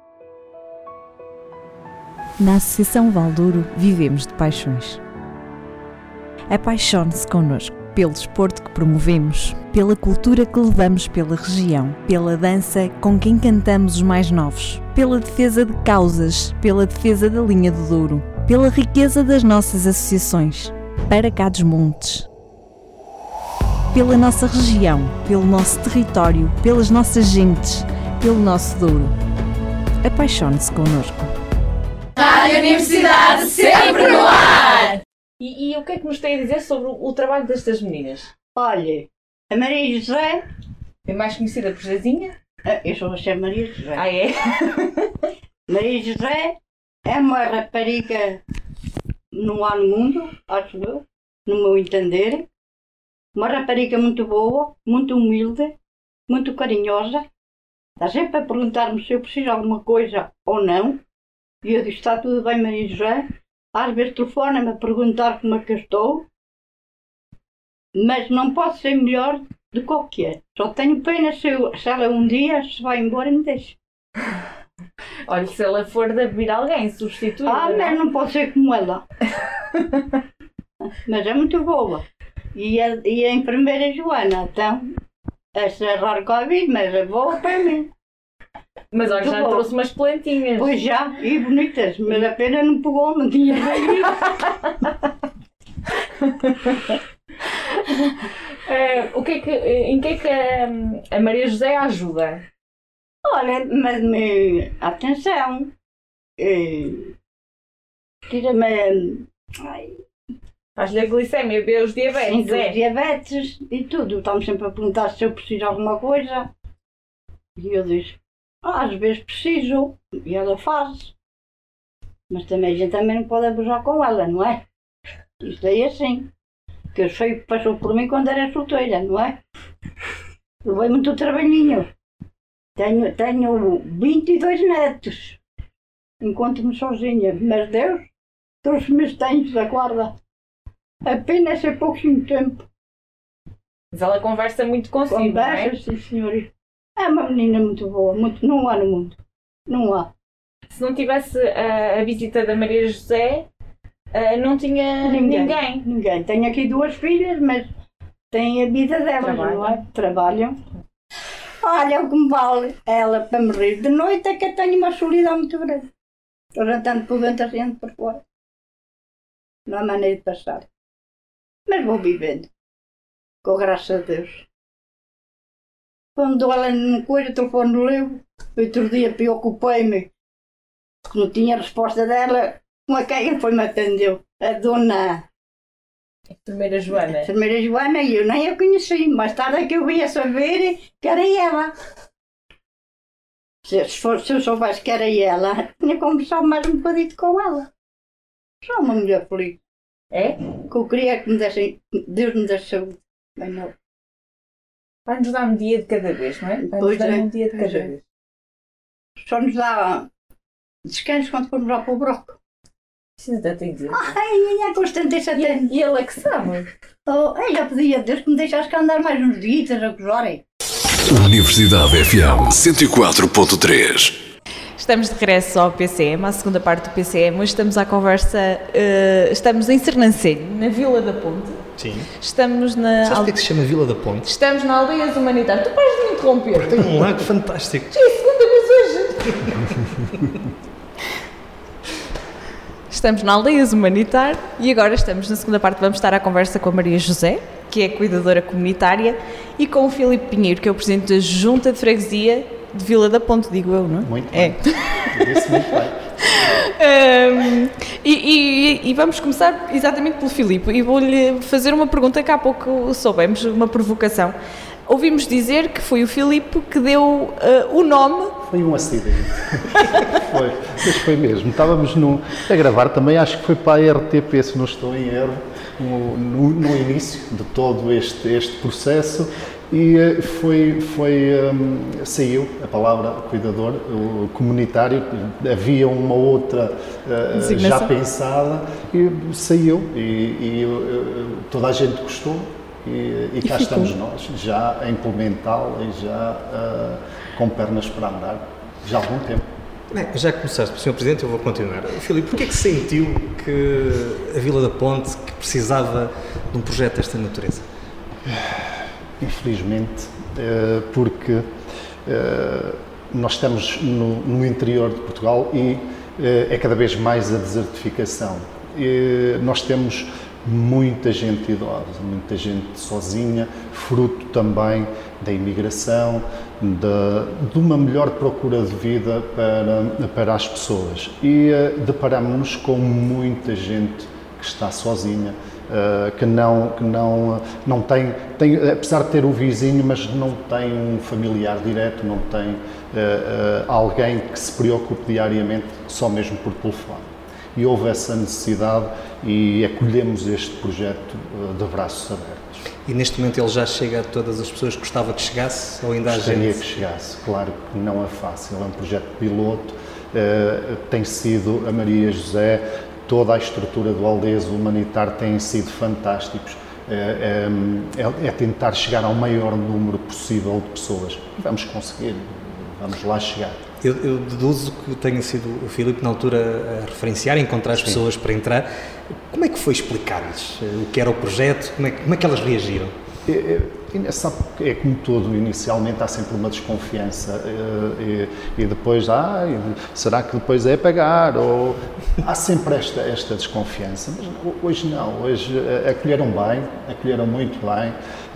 Na Associação Valdouro vivemos de paixões. Apaixone-se connosco pelo desporto que promovemos, pela cultura que levamos pela região, pela dança com quem cantamos os mais novos, pela defesa de causas, pela defesa da linha do Douro, pela riqueza das nossas associações, para cá dos montes. Pela nossa região, pelo nosso território, pelas nossas gentes, pelo nosso Douro. Apaixone-se connosco. Rádio Universidade sempre no ar! E, e o que é que nos tem a dizer sobre o, o trabalho destas meninas? Olha, a Maria José, É mais conhecida por Zezinha? ah, eu sou a Maria José. Ah, é? Maria José é uma rapariga no ano mundo, acho eu, no meu entender. Uma rapariga muito boa, muito humilde, muito carinhosa. Está sempre a perguntar-me se eu preciso de alguma coisa ou não. E eu disse, está tudo bem, Maria José. Às vezes telefona-me a perguntar como é que eu estou. Mas não posso ser melhor do que o que é. Só tenho pena se, eu, se ela um dia se vai embora e me deixa. Olha, se ela for de vir alguém substituir. Ah, mas não pode ser como ela. Mas é muito boa. E a, e a enfermeira Joana, então, essa é raro que eu vi, mas é boa para mim. Mas olha, já trouxe umas plantinhas. Pois já, e bonitas, mas a pena não pegou, não tinha bem. uh, o que é que, em que é que a, a Maria José ajuda? Olha, mas me atenção, eh, tira-me. Faz-lhe a glicemia, vê os diabetes. Sim, é. os diabetes e tudo. Estamos sempre a perguntar se eu preciso de alguma coisa. E eu disse, ah, às vezes preciso. E ela faz. Mas também a gente também não pode abusar com ela, não é? Isto é assim. Que eu sei que passou por mim quando era solteira, não é? Levei muito trabalhinho. Tenho, tenho vinte e dois netos. Encontro-me sozinha. Mas Deus trouxe-me os tempos da guarda. Apenas é pouquinho tempo. Mas ela conversa muito consigo, Conversa, não é? sim, senhor. É uma menina muito boa. Muito, não há no mundo. Não há. Se não tivesse a, a visita da Maria José, uh, não tinha ninguém. ninguém. Ninguém. Tenho aqui duas filhas, mas têm a vida delas, Trabalham. não é? Trabalham. Olha o que me vale ela para me rir. De noite é que eu tenho uma solidão muito grande. Estou jantando por dentro, assim por fora. Não há maneira de passar. Mas vou vivendo. Com graças a Deus. Quando ela não coisa, o telefone não leu. Outro dia preocupei-me. Não tinha resposta dela. Uma quem foi me atendeu? A dona... A enfermeira Joana. A enfermeira Joana, e eu nem a conheci. Mais tarde é que eu vim a saber que era ela. Se, se, for, se eu soubesse que era ela, tinha conversado mais um bocadinho com ela. Sou uma mulher feliz. É? Que eu queria que me dessem, Deus me desse saúde. Bem, não. Vai-nos dar um dia de cada vez, não é? Vai-nos Pois dar é, um dia de pois cada é. vez. Só nos dá descanso quando formos lá para o Broco. Isso ainda tem que dizer. Ai, minha com setenta e sete anos. E ele é que sabe. Oh, ai, já podia Deus que me deixasse cá andar mais uns dias a gozarem. Universidade F M cento e quatro ponto três. Estamos de regresso ao P C M, à segunda parte do P C M. Hoje estamos à conversa, uh, estamos em Sernancelho, na Vila da Ponte. Sim. Estamos na... Sabes porque é que se chama Vila da Ponte? Estamos na Aldeias Humanitárias. Tu pares de me interromper. Tem um lago fantástico. Já é a segunda vez hoje. Estamos na Aldeias Humanitar e agora estamos na segunda parte. Vamos estar à conversa com a Maria José, que é cuidadora comunitária, e com o Filipe Pinheiro, que é o presidente da Junta de Freguesia de Vila da Ponte, digo eu, não é? Muito é. bem. Disse muito bem. Um, e, e, e vamos começar exatamente pelo Filipe, e vou-lhe fazer uma pergunta que há pouco soubemos, uma provocação. Ouvimos dizer que foi o Filipe que deu uh, o nome. Foi um acidente. Foi, mas foi mesmo. Estávamos no, a gravar também, acho que foi para a R T P, se não estou em erro, no, no, no início de todo este, este processo, e foi, foi um, saiu a palavra cuidador o comunitário, havia uma outra uh, já pensada, e saiu, e, e uh, toda a gente gostou. E, e cá e estamos nós, já a implementá-la e já uh, com pernas para andar, já há algum tempo. Bem, já começaste, senhor Presidente, eu vou continuar. Filipe, porquê é que sentiu que a Vila da Ponte que precisava de um projeto desta natureza? Infelizmente, uh, porque uh, nós estamos no, no interior de Portugal e uh, é cada vez mais a desertificação. E nós temos muita gente idosa, muita gente sozinha, fruto também da imigração, de, de uma melhor procura de vida para, para as pessoas. E uh, deparamos-nos com muita gente que está sozinha, uh, que, não, que não, não tem, tem, apesar de ter o vizinho, mas não tem um familiar direto, não tem uh, uh, alguém que se preocupe diariamente, só mesmo por telefone. e houve essa necessidade e acolhemos este projeto de braços abertos. E neste momento ele já chega a todas as pessoas que gostava que chegasse ou ainda há gente? Gostaria que chegasse, claro que não é fácil, é um projeto piloto, uh, tem sido a Maria José, toda a estrutura do Aldeias Humanitar têm sido fantásticos. É, é, é tentar chegar ao maior número possível de pessoas. E vamos conseguir, vamos lá chegar. Eu, eu deduzo que tenha sido o Filipe, na altura, a referenciar, a encontrar as Sim. pessoas para entrar. Como é que foi explicar-lhes o que era o projeto? Como é, como é que elas reagiram? É, é, sabe, é como tudo, inicialmente há sempre uma desconfiança e, e depois, ah, será que depois é pagar? Ou, há sempre esta, esta desconfiança, mas hoje não, hoje acolheram bem, acolheram muito bem,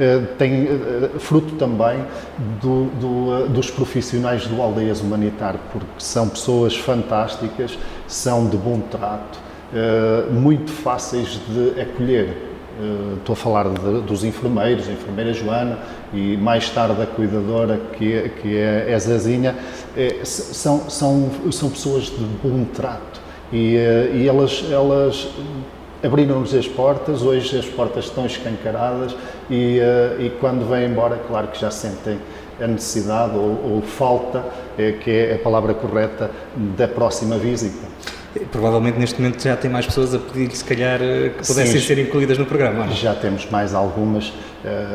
tem fruto também do, do, dos profissionais do Aldeias Humanitar, porque são pessoas fantásticas, são de bom trato, muito fáceis de acolher. Uh, estou a falar de, dos enfermeiros, a enfermeira Joana e mais tarde a cuidadora que é, que é a Zazinha, é, são, são, são pessoas de bom trato e, uh, e elas, elas abriram-nos as portas, hoje as portas estão escancaradas e, uh, e quando vêm embora, claro que já sentem a necessidade ou, ou falta, é, que é a palavra correta, da próxima visita. Provavelmente neste momento já tem mais pessoas a pedir, se calhar, que pudessem Sim, ser incluídas no programa. Já temos mais algumas, uh,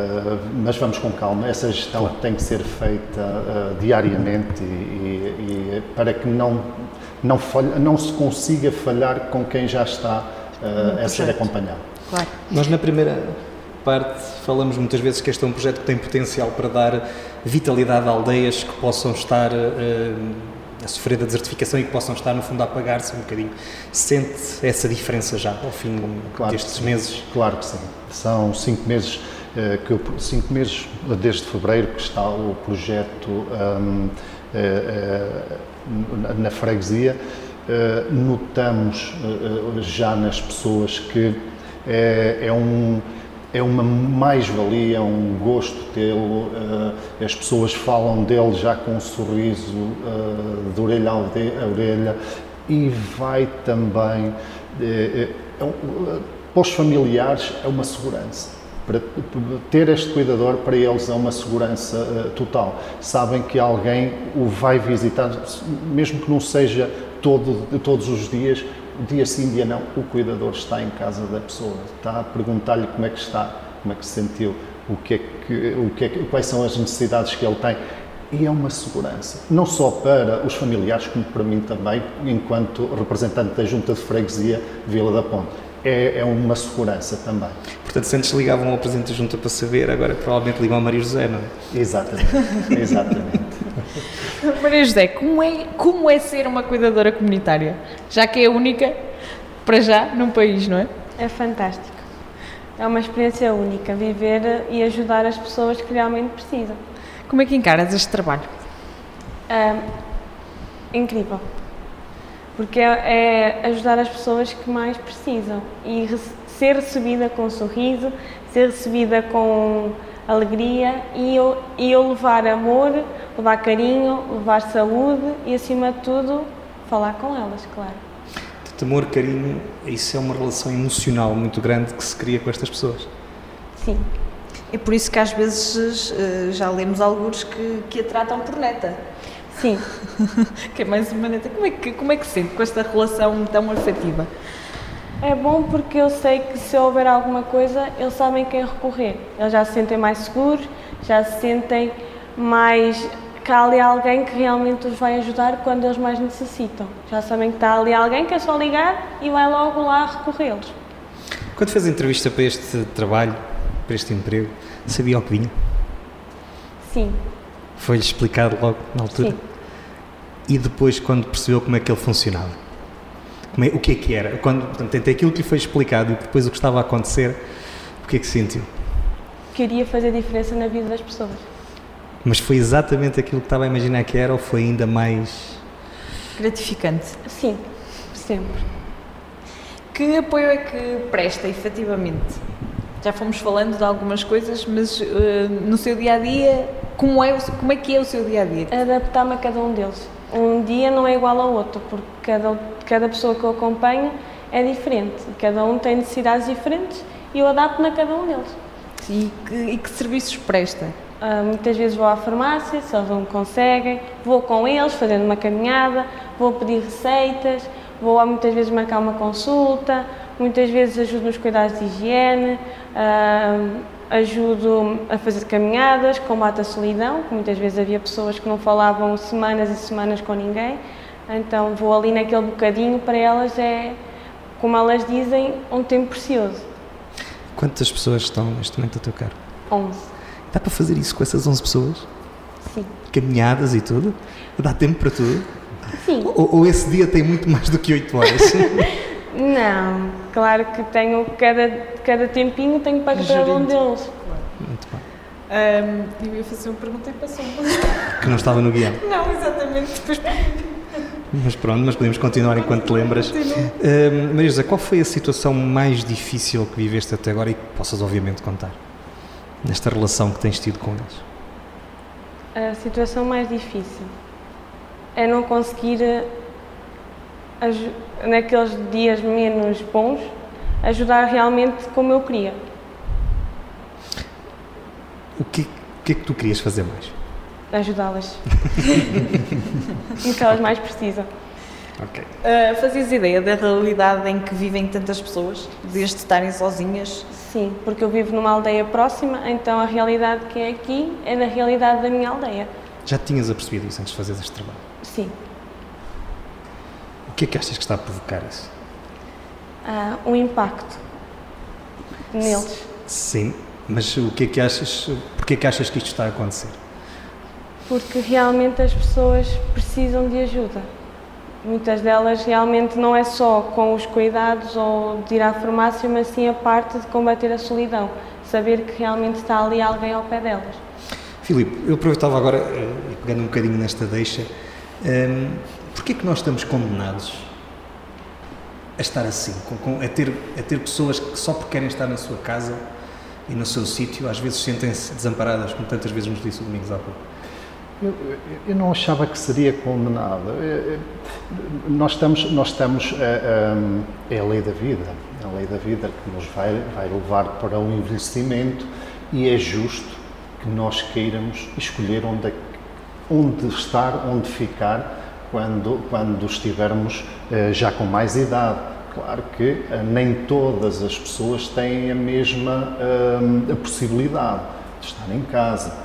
mas vamos com calma. Essa gestão claro. tem que ser feita uh, diariamente e, e, e para que não, não, falha, não se consiga falhar com quem já está uh, a ser acompanhado. Claro. Nós na primeira parte falamos muitas vezes que este é um projeto que tem potencial para dar vitalidade a aldeias que possam estar uh, a sofrer da desertificação e que possam estar, no fundo, a apagar-se um bocadinho. Sente essa diferença já, ao fim claro destes meses? Claro que sim. São cinco meses, eh, que eu, cinco meses desde fevereiro que está o projeto um, eh, eh, na freguesia. Eh, notamos eh, já nas pessoas que é, é um... É uma mais-valia, é um gosto tê-lo, uh, as pessoas falam dele já com um sorriso uh, de orelha a orelha e vai também, uh, uh, para os familiares é uma segurança, para ter este cuidador para eles é uma segurança uh, total, sabem que alguém o vai visitar, mesmo que não seja todo, todos os dias, dia sim, dia não, o cuidador está em casa da pessoa, está a perguntar-lhe como é que está, como é que se sentiu, o que é que, o que é que, quais são as necessidades que ele tem. E é uma segurança, não só para os familiares, como para mim também, enquanto representante da Junta de Freguesia Vila da Ponte. É, é uma segurança também. Portanto, se antes ligavam ao Presidente da Junta para saber, agora provavelmente ligam a Maria José, não é? Exatamente, exatamente. Maria José, como é, como é ser uma cuidadora comunitária? Já que é a única, para já, num país, não é? É fantástico. É uma experiência única, viver e ajudar as pessoas que realmente precisam. Como é que encaras este trabalho? É incrível. Porque é, é ajudar as pessoas que mais precisam e re- ser recebida com um sorriso, ser recebida com alegria e eu, e eu levar amor, levar carinho, levar saúde e, acima de tudo, falar com elas, claro. Portanto, amor, carinho, isso é uma relação emocional muito grande que se cria com estas pessoas. Sim. É por isso que às vezes já lemos algures que, que a tratam por neta. Sim. Que é mais uma neta. Como é que, como é que se sente com esta relação tão afetiva? É bom porque eu sei que se houver alguma coisa, eles sabem quem recorrer. Eles já se sentem mais seguros, já se sentem mais... que há ali alguém que realmente os vai ajudar quando eles mais necessitam. Já sabem que está ali alguém que é só ligar e vai logo lá recorrê-los. Quando fez a entrevista para este trabalho, para este emprego, sabia o que vinha? Sim. Foi-lhe explicado logo na altura? Sim. E depois, quando percebeu como é que ele funcionava? Como é, o que é que era? Quando, portanto, aquilo que lhe foi explicado e depois o que estava a acontecer, o que é que sentiu? Queria fazer diferença na vida das pessoas. Mas foi exatamente aquilo que estava a imaginar que era ou foi ainda mais... gratificante? Sim, sempre. Que apoio é que presta, efetivamente? Já fomos falando de algumas coisas, mas uh, no seu dia-a-dia, como é, o, como é que é o seu dia-a-dia? Adaptar-me a cada um deles. Um dia não é igual ao outro, porque cada, cada pessoa que eu acompanho é diferente, cada um tem necessidades diferentes e eu adapto-me a cada um deles. E que, e que serviços presta? Uh, muitas vezes vou à farmácia, se eles não conseguem, vou com eles fazendo uma caminhada, vou pedir receitas, vou muitas vezes marcar uma consulta, muitas vezes ajudo nos cuidados de higiene, uh, ajudo a fazer caminhadas, combate a solidão, que muitas vezes havia pessoas que não falavam semanas e semanas com ninguém, então vou ali naquele bocadinho, para elas é, como elas dizem, um tempo precioso. Quantas pessoas estão neste momento a teu cargo? onze. Dá para fazer isso com essas onze pessoas? Sim. Caminhadas e tudo? Dá tempo para tudo? Sim. Ou, ou esse dia tem muito mais do que oito horas? Não, claro que tenho, cada, cada tempinho tenho para cada um deles. Muito bem. Um, eu ia fazer uma pergunta e passou-me. Que não estava no guião. Não, exatamente, depois... Mas pronto, mas podemos continuar enquanto te lembras. Uh, Maria José, qual foi a situação mais difícil que viveste até agora e que possas obviamente contar? Nesta relação que tens tido com eles? A situação mais difícil é não conseguir, naqueles dias menos bons, ajudar realmente como eu queria. O que, o que é que tu querias fazer mais? Ajudá-las. E que elas mais precisam. Ok. Uh, fazias ideia da realidade em que vivem tantas pessoas, desde estarem sozinhas? Sim, porque eu vivo numa aldeia próxima, então a realidade que é aqui é da realidade da minha aldeia. Já tinhas apercebido isso antes de fazer este trabalho? Sim. O que é que achas que está a provocar isso? Ah, um impacto neles. Sim, mas o que é que achas, porquê é que achas que isto está a acontecer? Porque realmente as pessoas precisam de ajuda. Muitas delas realmente não é só com os cuidados ou de ir à farmácia, mas sim a parte de combater a solidão. Saber que realmente está ali alguém ao pé delas. Filipe, eu aproveitava agora, pegando um bocadinho nesta deixa, um, porquê é que nós estamos condenados a estar assim, a ter, a ter pessoas que só porque querem estar na sua casa e no seu sítio, às vezes sentem-se desamparadas, como tantas vezes nos disse o Domingos há pouco? Eu, eu não achava que seria condenado. Nós estamos, nós estamos é, é a lei da vida, a lei da vida que nos vai, vai levar para o envelhecimento e é justo que nós queiramos escolher onde, onde estar, onde ficar, quando, quando estivermos já com mais idade. Claro que nem todas as pessoas têm a mesma a possibilidade de estar em casa,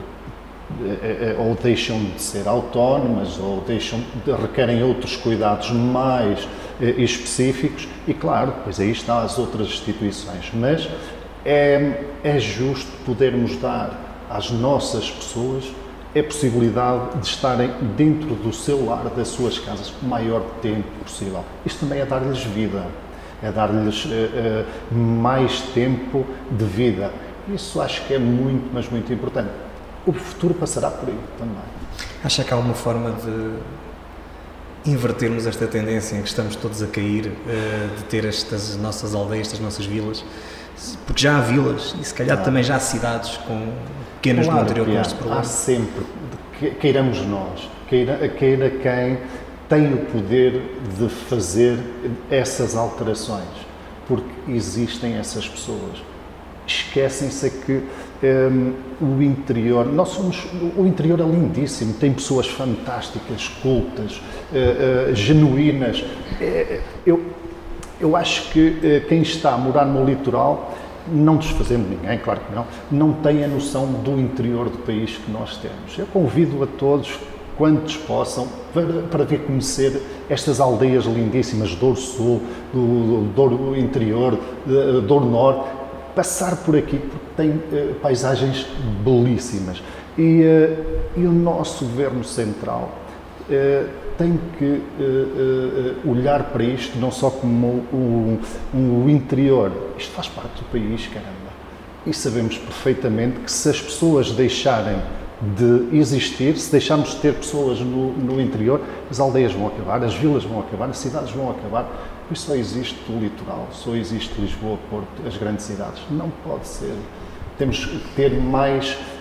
ou deixam de ser autónomas, ou deixam de, requerem outros cuidados mais eh, específicos, e claro, depois aí estão as outras instituições, mas é, é justo podermos dar às nossas pessoas a possibilidade de estarem dentro do seu lar, das suas casas, o maior tempo possível. Isto também é dar-lhes vida, é dar-lhes eh, eh, mais tempo de vida. Isso acho que é muito, mas muito importante. O futuro passará por aí também. Acha que há uma forma de invertermos esta tendência em que estamos todos a cair, de ter estas nossas aldeias, estas nossas vilas? Porque já há vilas e se calhar claro. Também já há cidades com pequenas claro, no interior com este problema. Há sempre, queiramos nós, queira, queira quem tem o poder de fazer essas alterações, porque existem essas pessoas. Esquecem-se que um, o interior, nós somos, o interior é lindíssimo, tem pessoas fantásticas, cultas, uh, uh, genuínas. Uh, eu, eu acho que uh, quem está a morar no litoral, não desfazendo ninguém, claro que não, não tem a noção do interior do país que nós temos. Eu convido a todos, quantos possam, para, para vir conhecer estas aldeias lindíssimas, Douro Sul, do, do Douro Interior, do Douro Norte, passar por aqui, porque tem uh, paisagens belíssimas. E, uh, e o nosso Governo Central uh, tem que uh, uh, olhar para isto não só como o, o, o interior. Isto faz parte do país, caramba. E sabemos perfeitamente que se as pessoas deixarem de existir, se deixarmos de ter pessoas no, no interior, as aldeias vão acabar, as vilas vão acabar, as cidades vão acabar. Por isso só existe o litoral, só existe Lisboa, Porto, as grandes cidades. Não pode ser. Temos que ter mais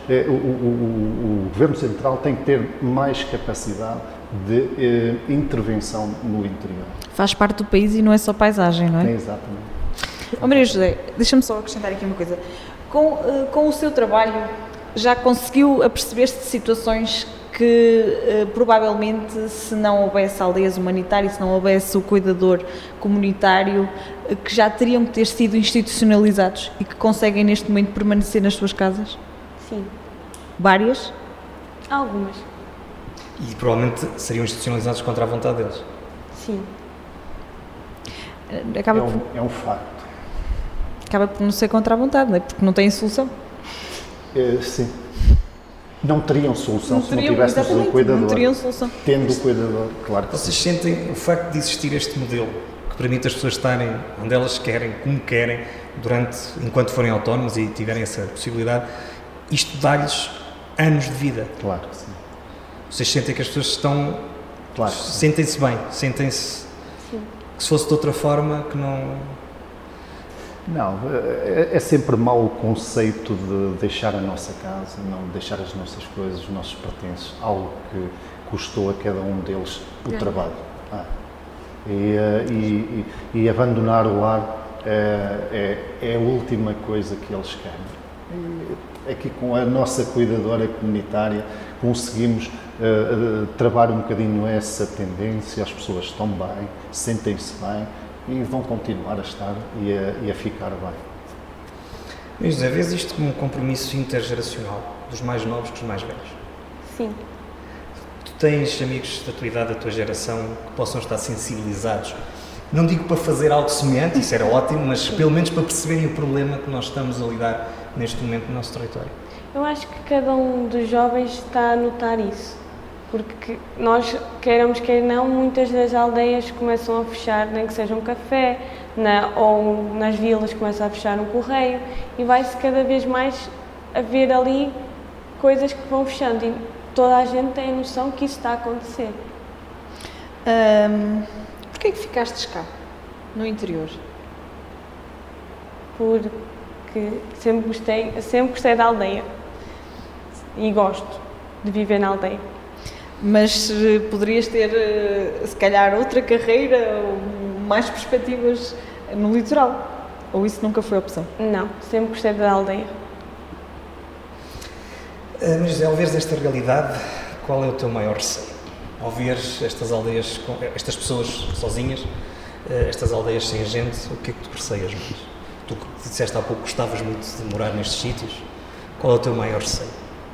eh, o, o, o, o Governo Central tem que ter mais capacidade de eh, intervenção no interior. Faz parte do país e não é só paisagem, não é? É exatamente. Oh, Maria José, deixa-me só acrescentar aqui uma coisa. Com, uh, com o seu trabalho, já conseguiu aperceber-se de situações que uh, provavelmente, se não houvesse aldeias humanitárias, se não houvesse o cuidador comunitário, uh, que já teriam que ter sido institucionalizados e que conseguem neste momento permanecer nas suas casas? Sim. Várias? Algumas. E provavelmente seriam institucionalizados contra a vontade deles. Sim. Acaba é, um, por, é um facto. Acaba por não ser contra a vontade, não é? Porque não têm solução. É, sim. Não teriam solução não se teriam, não tivéssemos um cuidador. Não teriam solução. Tendo o cuidador, claro que Vocês sim. sentem o facto de existir este modelo que permite as pessoas estarem onde elas querem, como querem, durante, enquanto forem autónomos e tiverem essa possibilidade, isto dá-lhes anos de vida? Claro que sim. Vocês sentem que as pessoas estão... Claro. Sentem-se bem, sentem-se que se fosse de outra forma que não... Não, é, é sempre mau o conceito de deixar a nossa casa, não deixar as nossas coisas, os nossos pertences, algo que custou a cada um deles o é. trabalho. Ah. E, e, e, e abandonar o lar é, é, é a última coisa que eles querem. E aqui com a nossa cuidadora comunitária conseguimos uh, uh, trabalhar um bocadinho essa tendência, as pessoas estão bem, sentem-se bem, e vão continuar a estar e a, e a ficar bem. Mas, José, vês isto como um compromisso intergeracional, dos mais novos com os mais velhos? Sim. Tu tens amigos da tua idade, da tua geração, que possam estar sensibilizados? Não digo para fazer algo semelhante, isso era ótimo, mas pelo menos para perceberem o problema que nós estamos a lidar neste momento no nosso território. Eu acho que cada um dos jovens está a notar isso. Porque nós, queiramos queir não, muitas das aldeias começam a fechar, nem que seja um café, na, ou nas vilas começam a fechar um correio, e vai-se cada vez mais a ver ali coisas que vão fechando, e toda a gente tem a noção que isso está a acontecer. Um, Porquê é que ficaste cá, no interior? Porque sempre gostei, sempre gostei da aldeia, e gosto de viver na aldeia. Mas uh, poderias ter, uh, se calhar, outra carreira ou mais perspectivas no litoral? Ou isso nunca foi opção? Não, sempre gostei da aldeia. Uh, mas, José, ao veres esta realidade, qual é o teu maior receio? Ao veres estas aldeias, estas pessoas sozinhas, uh, estas aldeias sem gente, o que é que tu receias mais? Tu que disseste há pouco que gostavas muito de morar nestes sítios, qual é o teu maior receio?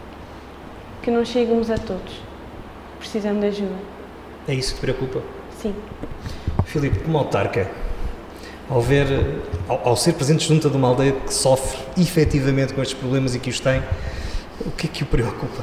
Que não cheguemos a todos. Precisamos de ajuda. É isso que te preocupa? Sim. Filipe, como autarca, ao, ver, ao, ao ser presente junto de uma aldeia que sofre efetivamente com estes problemas e que os tem, o que é que o preocupa?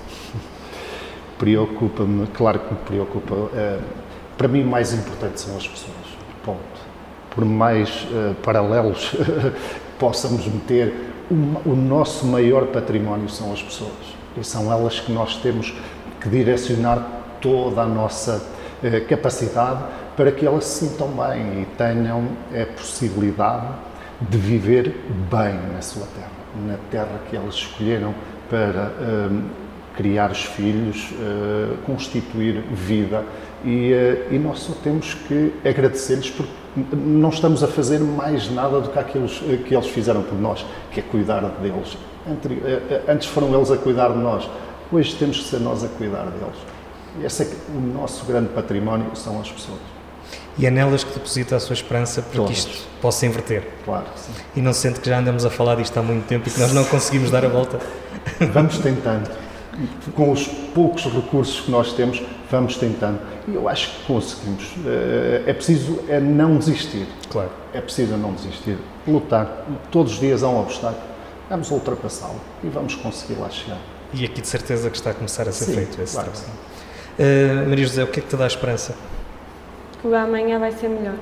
Preocupa-me, claro que me preocupa. Uh, para mim, o mais importante são as pessoas. Ponto. Por mais uh, paralelos que possamos meter, o, o nosso maior património são as pessoas. E são elas que nós temos que direcionar toda a nossa eh, capacidade para que elas se sintam bem e tenham a possibilidade de viver bem na sua terra, na terra que elas escolheram para eh, criar os filhos, eh, constituir vida e, eh, e nós só temos que agradecer-lhes porque não estamos a fazer mais nada do que aquilo que eles fizeram por nós, que é cuidar deles. Antes foram eles a cuidar de nós. Hoje temos que ser nós a cuidar deles. Esse é que, o nosso grande património são as pessoas. E é nelas que deposita a sua esperança para Todas. que isto possa inverter. Claro que sim. E não se sente que já andamos a falar disto há muito tempo e que nós não conseguimos dar a volta? Vamos tentando. Com os poucos recursos que nós temos, vamos tentando. E eu acho que conseguimos. É preciso é não desistir. Claro. É preciso não desistir. Lutar. Todos os dias há um obstáculo. Vamos ultrapassá-lo e vamos conseguir lá chegar. E aqui de certeza que está a começar a ser sim, feito esse claro trabalho. Uh, Maria José, o que é que te dá esperança? Que o amanhã vai ser melhor.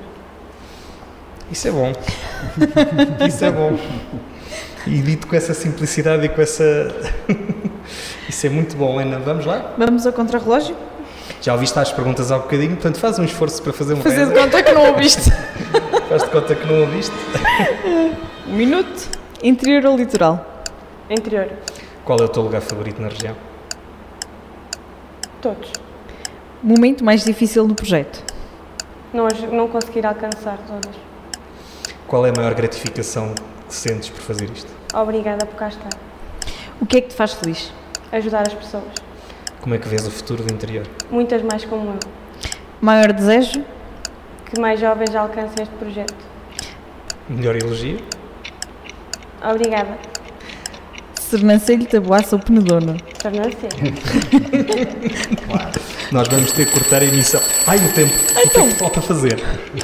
Isso é bom. Isso é bom. E dito com essa simplicidade e com essa... Isso é muito bom, Ana. Vamos lá? Vamos ao contrarrelógio? Já ouviste as perguntas há um bocadinho, portanto faz um esforço para fazer um Fazer de conta que não ouviste. Faz de conta que não ouviste. Um minuto. Interior ou litoral? Interior. Qual é o teu lugar favorito na região? Todos. Momento mais difícil no projeto? Não, não conseguir alcançar todas. Qual é a maior gratificação que sentes por fazer isto? Obrigada por cá estar. O que é que te faz feliz? Ajudar as pessoas. Como é que vês o futuro do interior? Muitas mais como eu. Maior desejo? Que mais jovens alcancem este projeto. Melhor elogio? Obrigada. Sernancelho, Taboaço ou Penedono? Sernancelho. Claro. Nós vamos ter que cortar a emissão. Ai, o tempo. Então. O que é que falta fazer?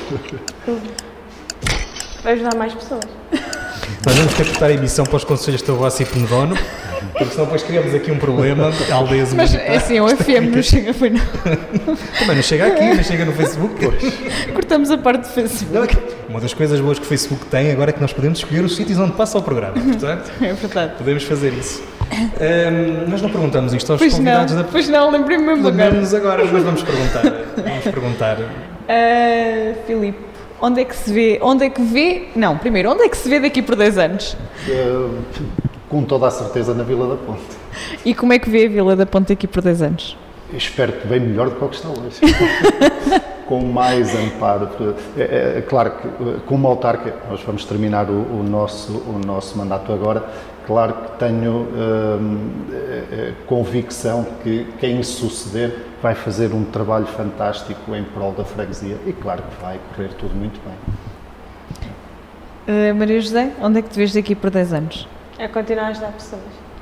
Vai ajudar mais pessoas. Nós vamos ter que cortar a emissão para os conselhos de Taboaço e Penedono, porque senão depois criamos aqui um problema. Aldeias Mas é assim, o F M não chega, foi não. Também não chega aqui, não chega no Facebook. Cortamos a parte do Facebook. Uma das coisas boas que o Facebook tem agora é que nós podemos escolher os sítios onde passa o programa, portanto, é verdade. Podemos fazer isso. Um, nós não perguntamos isto aos pois convidados não, da... Pois não, lembrei-me mesmo agora. Lembramos agora, mas vamos perguntar. Vamos perguntar. Uh, Filipe, onde é que se vê, onde é que vê, não, primeiro, onde é que se vê daqui por dez anos? Uh, com toda a certeza na Vila da Ponte. E como é que vê a Vila da Ponte daqui por dez anos? Eu espero que bem melhor do que o que está hoje. Com mais amparo. É, é, claro que, como autarca, nós vamos terminar o, o, nosso, o nosso mandato agora. Claro que tenho hum, é, convicção que quem suceder vai fazer um trabalho fantástico em prol da freguesia e claro que vai correr tudo muito bem. Uh, Maria José, onde é que te vês daqui por dez anos? É continuar a ajudar pessoas.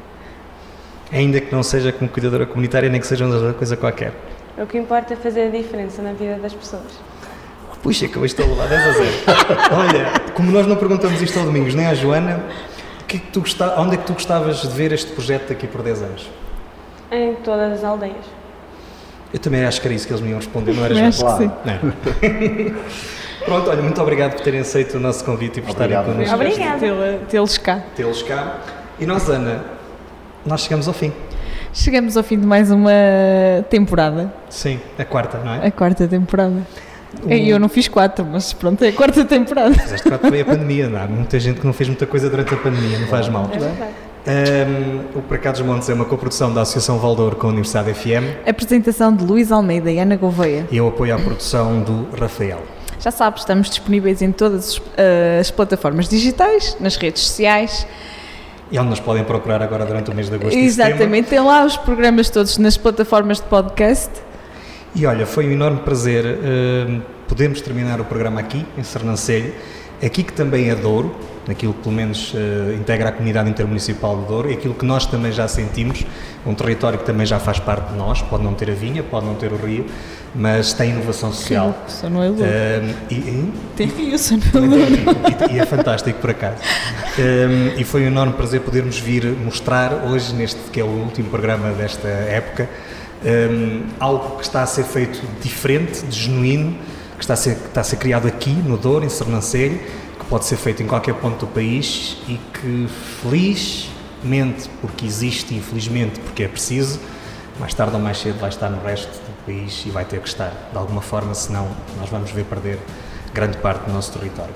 Ainda que não seja como cuidadora comunitária, nem que seja uma coisa qualquer. O que importa é fazer a diferença na vida das pessoas. Puxa, que eu estou a levar dez a zero. Olha, como nós não perguntamos isto ao Domingos, nem à Joana, que é que tu gosta... onde é que tu gostavas de ver este projeto daqui por dez anos? Em todas as aldeias. Eu também acho que era isso que eles me iam responder, não era já? Acho claro. que sim. Pronto, olha, muito obrigado por terem aceito o nosso convite e por estarem connosco. Obrigada. Tê-los cá. Tê-los cá. E nós, Ana, nós chegamos ao fim. Chegamos ao fim de mais uma temporada. Sim, a quarta, não é? A quarta temporada. O... Eu não fiz quatro, mas pronto, é a quarta temporada. Fizeste quatro, foi a pandemia, não há muita gente que não fez muita coisa durante a pandemia, não faz mal. É verdade. Um, o Para Cá dos Montes é uma coprodução da Associação Valdouro com a Universidade F M. Apresentação de Luís Almeida e Ana Gouveia. E eu apoio à produção do Rafael. Já sabes, estamos disponíveis em todas as plataformas digitais, nas redes sociais. E onde nos podem procurar agora durante o mês de agosto Exatamente, tem lá os programas todos nas plataformas de podcast. E olha, foi um enorme prazer uh, podermos terminar o programa aqui, em Sernancelho, aqui que também é Douro, aquilo que pelo menos uh, integra a comunidade intermunicipal de Douro, e aquilo que nós também já sentimos, um território que também já faz parte de nós, pode não ter a vinha, pode não ter o rio, mas tem inovação social. Sim, só não é Douro. Uh, e, e, tem rio, só não é Douro. E, e é fantástico, por acaso. Um, e foi um enorme prazer podermos vir mostrar hoje, neste que é o último programa desta época, um, algo que está a ser feito diferente, de genuíno, que está a ser, que está a ser criado aqui, no Douro, em Sernancelho, que pode ser feito em qualquer ponto do país e que, felizmente, porque existe, infelizmente, porque é preciso, mais tarde ou mais cedo vai estar no resto do país e vai ter que estar, de alguma forma, senão nós vamos ver perder grande parte do nosso território.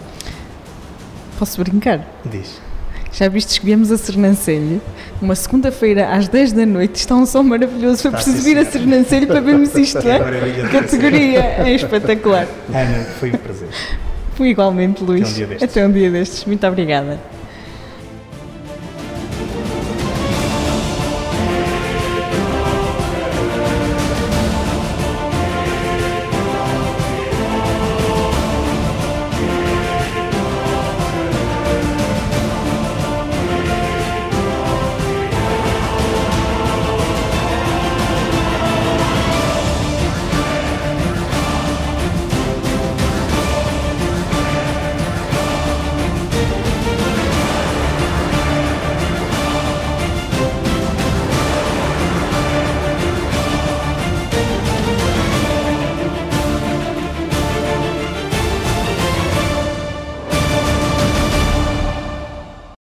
Posso brincar? Diz. Já viste que viemos a Sernancelho, uma segunda-feira às dez da noite, está um som maravilhoso, foi preciso vir a Sernancelho para vermos isto, é? Categoria, é espetacular. Ana, foi um prazer. Foi igualmente, Luís. Até um dia destes. Até um dia destes. Muito obrigada.